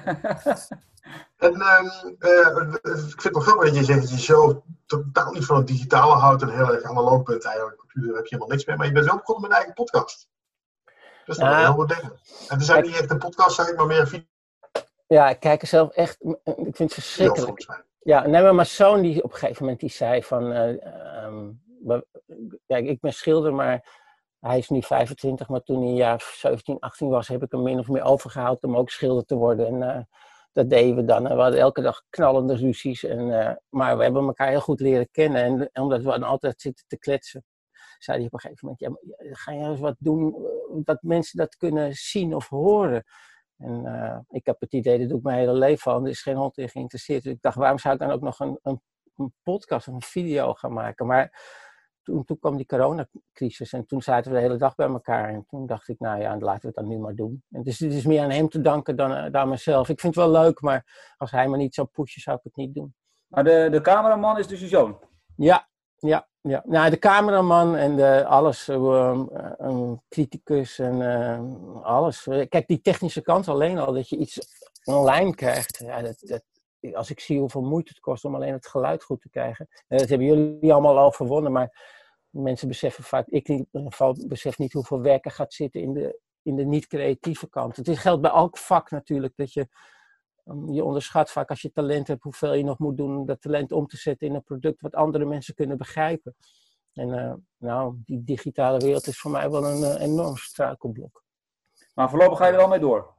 En uh, uh, ik vind het wel grappig dat je zegt dat je zo totaal niet van het digitale houdt en heel erg analoog bent eigenlijk. Computer heb je helemaal niks mee, maar je bent wel begonnen met een eigen podcast. Dat is toch ja. heel modern. En er zijn niet echt een podcast, zeg ik, maar meer video. Ja, ik kijk er zelf echt, ik vind het verschrikkelijk. Ja, nee, maar mijn zoon die op een gegeven moment die zei van, uh, um, kijk, ik ben schilder, maar hij is nu vijfentwintig, maar toen hij een jaar zeventien, achttien was, heb ik hem min of meer overgehaald om ook schilder te worden. En uh, dat deden we dan. En we hadden elke dag knallende ruzies. En, uh, maar we hebben elkaar heel goed leren kennen. En, en omdat we dan altijd zitten te kletsen, zei hij op een gegeven moment, ja, ga je eens wat doen, dat mensen dat kunnen zien of horen. En uh, ik heb het idee, dat doe ik mijn hele leven al. Er is geen hond in geïnteresseerd. Dus ik dacht, waarom zou ik dan ook nog een, een, een podcast of een video gaan maken? Maar toen, toen kwam die coronacrisis en toen zaten we de hele dag bij elkaar. En toen dacht ik, nou ja, laten we het dan nu maar doen. En dus het is meer aan hem te danken dan uh, aan mezelf. Ik vind het wel leuk, maar als hij me niet zou pushen, zou ik het niet doen. Maar de, de cameraman is dus je zoon? Ja, ja, ja. Nou, de cameraman en de, alles, uh, een criticus en uh, alles. Kijk, die technische kant alleen al, dat je iets online krijgt. Ja, dat, dat, als ik zie hoeveel moeite het kost om alleen het geluid goed te krijgen. En dat hebben jullie allemaal al overwonnen, maar mensen beseffen vaak, ik in ieder geval besef niet hoeveel werk er gaat zitten in de, in de niet-creatieve kant. Het geldt bij elk vak natuurlijk, dat je, um, je onderschat vaak als je talent hebt, hoeveel je nog moet doen om dat talent om te zetten in een product wat andere mensen kunnen begrijpen. En uh, nou, die digitale wereld is voor mij wel een uh, enorm struikelblok. Maar voorlopig ga je er wel mee door?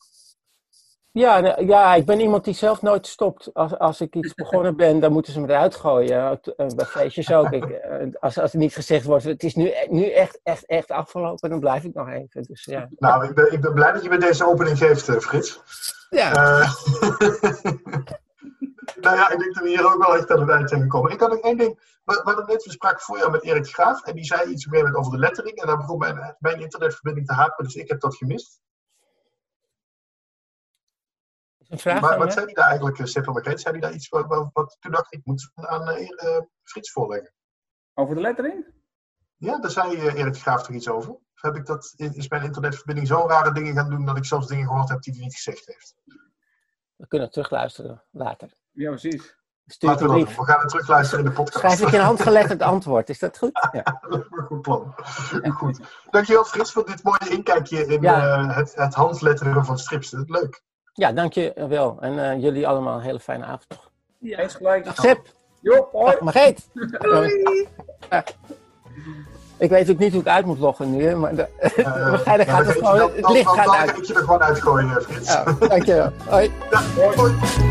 Ja, ja, ik ben iemand die zelf nooit stopt. Als, als ik iets begonnen ben, dan moeten ze me eruit gooien. Bij feestjes ook. Ik, als, als er niet gezegd wordt, het is nu, nu echt, echt, echt afgelopen, dan blijf ik nog even. Dus, ja. Nou, ik ben, ik ben blij dat je me deze opening geeft, Frits. Ja. Uh, nou ja, ik denk dat we hier ook wel echt aan het eind zijn gekomen. Ik had nog één ding. We hadden net, we spraken voor jou met Erik Graaf. En die zei iets meer over de lettering. En dan begon mijn, mijn internetverbinding te haperen, dus ik heb dat gemist. Een vraag maar aan, wat hè? zei hij daar eigenlijk, Seppel Margreet? Zei hij daar iets wat, wat, wat toen dacht ik, ik moet aan uh, uh, Frits voorleggen? Over de lettering? Ja, daar zei uh, Erik Graaf toch iets over? Of heb ik dat, is mijn internetverbinding zo rare dingen gaan doen dat ik zelfs dingen gehoord heb die hij niet gezegd heeft? We kunnen terugluisteren later. Ja, precies. Stuur Laten we, een dat brief. doen. We gaan het terugluisteren in de podcast. Schrijf ik een handgeletterd antwoord, is dat goed? Ja. Dat is een goed plan. Goed. Dankjewel Frits voor dit mooie inkijkje in Ja. uh, het, het handletteren van strips. Dat is leuk. Ja, dank je wel. En uh, jullie allemaal een hele fijne avond nog. Ja. Eens gelijk. Dag Sep. Jo, hoi. Dag Margreet. Doei! Ik weet ook niet hoe ik uit moet loggen nu, hè, maar de, Uh, waarschijnlijk gaat het gewoon, het licht gaat Dan uit. ga ik je er gewoon uitgooien, Frits. Ja, dankjewel. Hoi. Ja, hoi.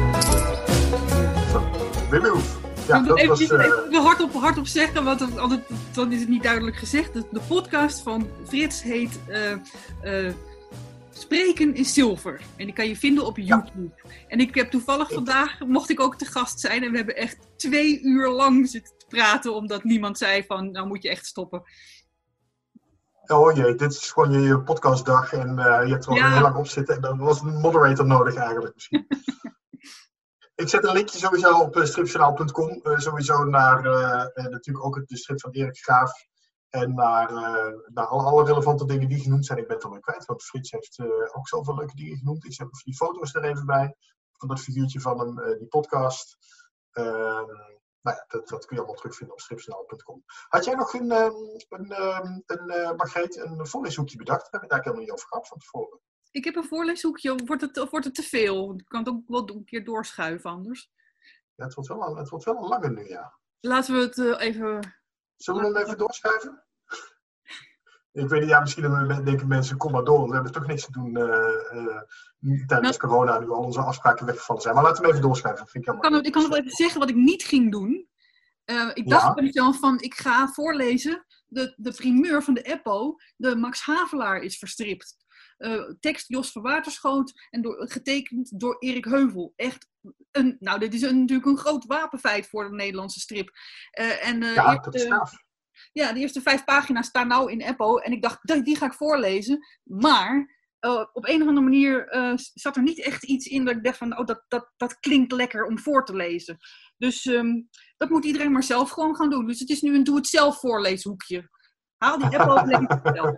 Wim Hoef. Ja, ik wil dat even, was... even, Uh, even hardop, hardop zeggen, want het, altijd, dan is het niet duidelijk gezegd. De, de podcast van Frits heet uh, uh, Spreken is Zilver. En die kan je vinden op YouTube. Ja. En ik heb toevallig vandaag, mocht ik ook te gast zijn. En we hebben echt twee uur lang zitten te praten, omdat niemand zei van, nou moet je echt stoppen. Oh jee, dit is gewoon je podcastdag en uh, je hebt er al Ja. heel lang op zitten. En dan was een moderator nodig eigenlijk misschien. Ik zet een linkje sowieso op uh, stripjournaal punt com. Uh, sowieso naar uh, uh, natuurlijk ook de strip van Erik Graaf. En naar, uh, naar alle, alle relevante dingen die genoemd zijn. Ik ben het alweer kwijt, want Frits heeft uh, ook zoveel leuke dingen genoemd. Ik zet die foto's er even bij. Van dat figuurtje van hem, uh, die podcast. Uh, nou ja, dat, dat kun je allemaal terugvinden op stripjournaal punt com. Had jij nog een, um, een, um, een uh, Margreet, een voorleeshoekje bedacht? Daar hebben we het eigenlijk helemaal niet over gehad van tevoren. Ik heb een voorleeshoekje. Wordt het, of wordt het te veel? Ik kan het ook wel een keer doorschuiven anders. Ja, het, wordt wel een, het wordt wel een lange nu, ja. Laten we het uh, even... Zullen we hem even doorschuiven? Ik weet niet, ja, misschien denken mensen, kom maar door. We hebben toch niks te doen uh, uh, tijdens nou, corona, nu al onze afspraken weggevallen zijn. Maar laten we hem even doorschuiven. Dat vind ik, ik, kan het, ik kan nog wel even zeggen wat ik niet ging doen. Uh, ik dacht ja. bij mezelf van, ik ga voorlezen de, de primeur van de Eppo. De Max Havelaar is verstript. Uh, tekst Jos van Waterschoot en door, getekend door Erik Heuvel. Echt een, nou, dit is een, natuurlijk een groot wapenfeit voor de Nederlandse strip. Uh, en, uh, ja, eerst, dat is uh, gaaf. Ja, de eerste vijf pagina's staan nou in Eppo. En ik dacht, die ga ik voorlezen. Maar uh, op een of andere manier uh, zat er niet echt iets in dat ik dacht van, oh, dat, dat, dat klinkt lekker om voor te lezen. Dus um, dat moet iedereen maar zelf gewoon gaan doen. Dus het is nu een doe-het-zelf voorleeshoekje. Haal die Eppo en lees het zelf.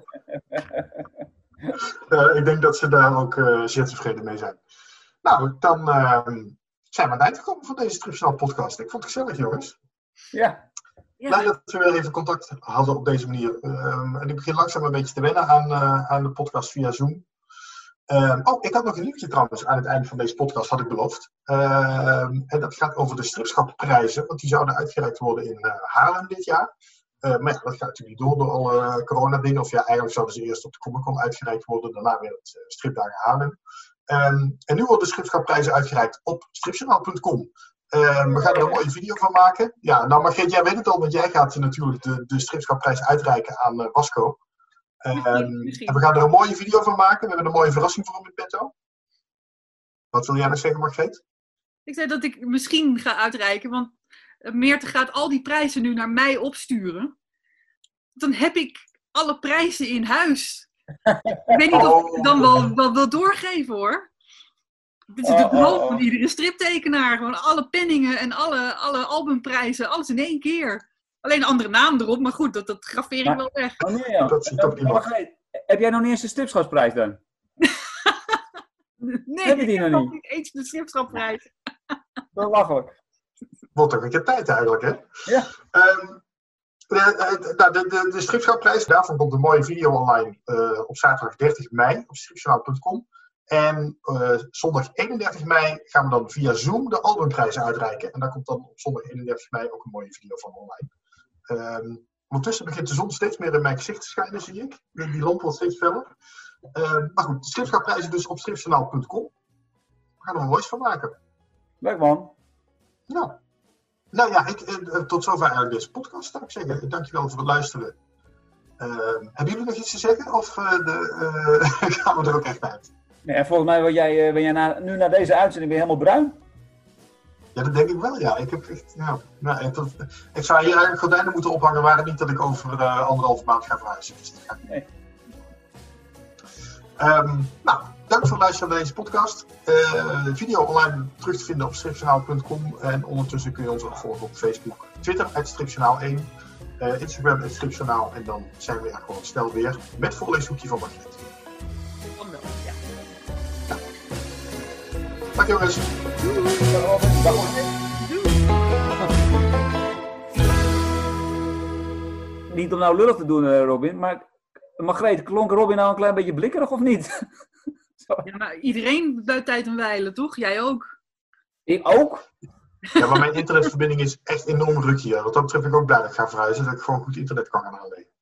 Uh, ik denk dat ze daar ook uh, zeer tevreden mee zijn. Nou, dan uh, zijn we aan het eind gekomen van deze Stripjournaal podcast. Ik vond het gezellig, jongens. Ja. Ja. Blij dat we weer even contact hadden op deze manier. Um, en ik begin langzaam een beetje te wennen aan, uh, aan de podcast via Zoom. Um, oh, ik had nog een nieuwtje trouwens aan het einde van deze podcast, had ik beloofd. Um, en dat gaat over de stripschapprijzen, want die zouden uitgereikt worden in uh, Haarlem dit jaar. Uh, maar ja, dat gaat natuurlijk niet door door alle uh, corona-dingen. Of ja, eigenlijk zouden ze eerst op de Comic-Con uitgereikt worden, daarna weer het uh, Stripdagen Haarlem. Um, en nu worden de stripschapprijzen uitgereikt op stripjournaal punt com. Uh, we gaan er een mooie video van maken. Ja, nou Margreet, jij weet het al, want jij gaat natuurlijk de, de stripschapprijs uitreiken aan uh, Wasco. Um, misschien, misschien. En we gaan er een mooie video van maken. We hebben een mooie verrassing voor hem in petto. Wat wil jij nog zeggen, Margreet? Ik zei dat ik misschien ga uitreiken, want Meerte gaat al die prijzen nu naar mij opsturen. Dan heb ik alle prijzen in huis. Ik weet niet of ik het dan wel, wel wil doorgeven, hoor. Dit is de droom van iedere striptekenaar. Gewoon alle penningen en alle, alle albumprijzen. Alles in één keer. Alleen een andere naam erop. Maar goed, dat, dat graveer ik maar, wel weg. Oh nee, ja. Dat ziet ook niet maar, heb jij nog niet eens de stripschapsprijs dan? Nee, heb je die ik nog niet? niet eens de stripschapprijs. Belachelijk. Wat toch een keer tijd eigenlijk, hè? Ja. Um, de, de, de, de, de stripschapprijs, daarvan komt een mooie video online uh, op zaterdag dertig mei op stripjournaal punt com. En uh, zondag eenendertig mei gaan we dan via Zoom de albumprijzen uitreiken. En daar komt dan op zondag eenendertig mei ook een mooie video van online. Um, ondertussen begint de zon steeds meer in mijn gezicht te schijnen, zie ik. Die lamp wordt steeds feller. Uh, maar goed, de stripschapprijzen dus op stripjournaal punt com. We gaan er een moois van maken. Leuk man. Ja. Nou ja, ik, uh, tot zover eigenlijk deze podcast, zou ik zeggen. Dankjewel voor het luisteren. Uh, hebben jullie nog iets te zeggen? Of uh, de, uh, gaan we er ook echt uit? Nee, en volgens mij ben jij, ben jij na, nu na deze uitzending weer helemaal bruin. Ja, dat denk ik wel, ja. Ik, heb echt, ja, nou, ik, dat, ik zou hier eigenlijk gordijnen moeten ophangen, waar het niet dat ik over uh, anderhalve maand ga verhuizen. Dus dat gaat niet. Nee. Um, nou, dank voor het luisteren naar deze podcast. Uh, de video online terug te vinden op stripjournaal punt com. En ondertussen kun je ons ook volgen op Facebook, Twitter, at stripjournaal één, uh, Instagram, at stripjournaal. En dan zijn we ja, gewoon snel weer met voorleeshoekje van Margreet. Dan wel, ja. Ja. Dag jongens. Niet om nou lullig te doen, Robin, maar Margreet, klonk Robin nou een klein beetje blikkerig of niet? Ja, maar iedereen buit tijd en wijlen, toch? Jij ook? Ik ook? Ja, maar mijn internetverbinding is echt enorm ruk hier. Wat dat betreft ben ik ook blij dat ik ga verhuizen, dat ik gewoon goed internet kan gaan aanleggen.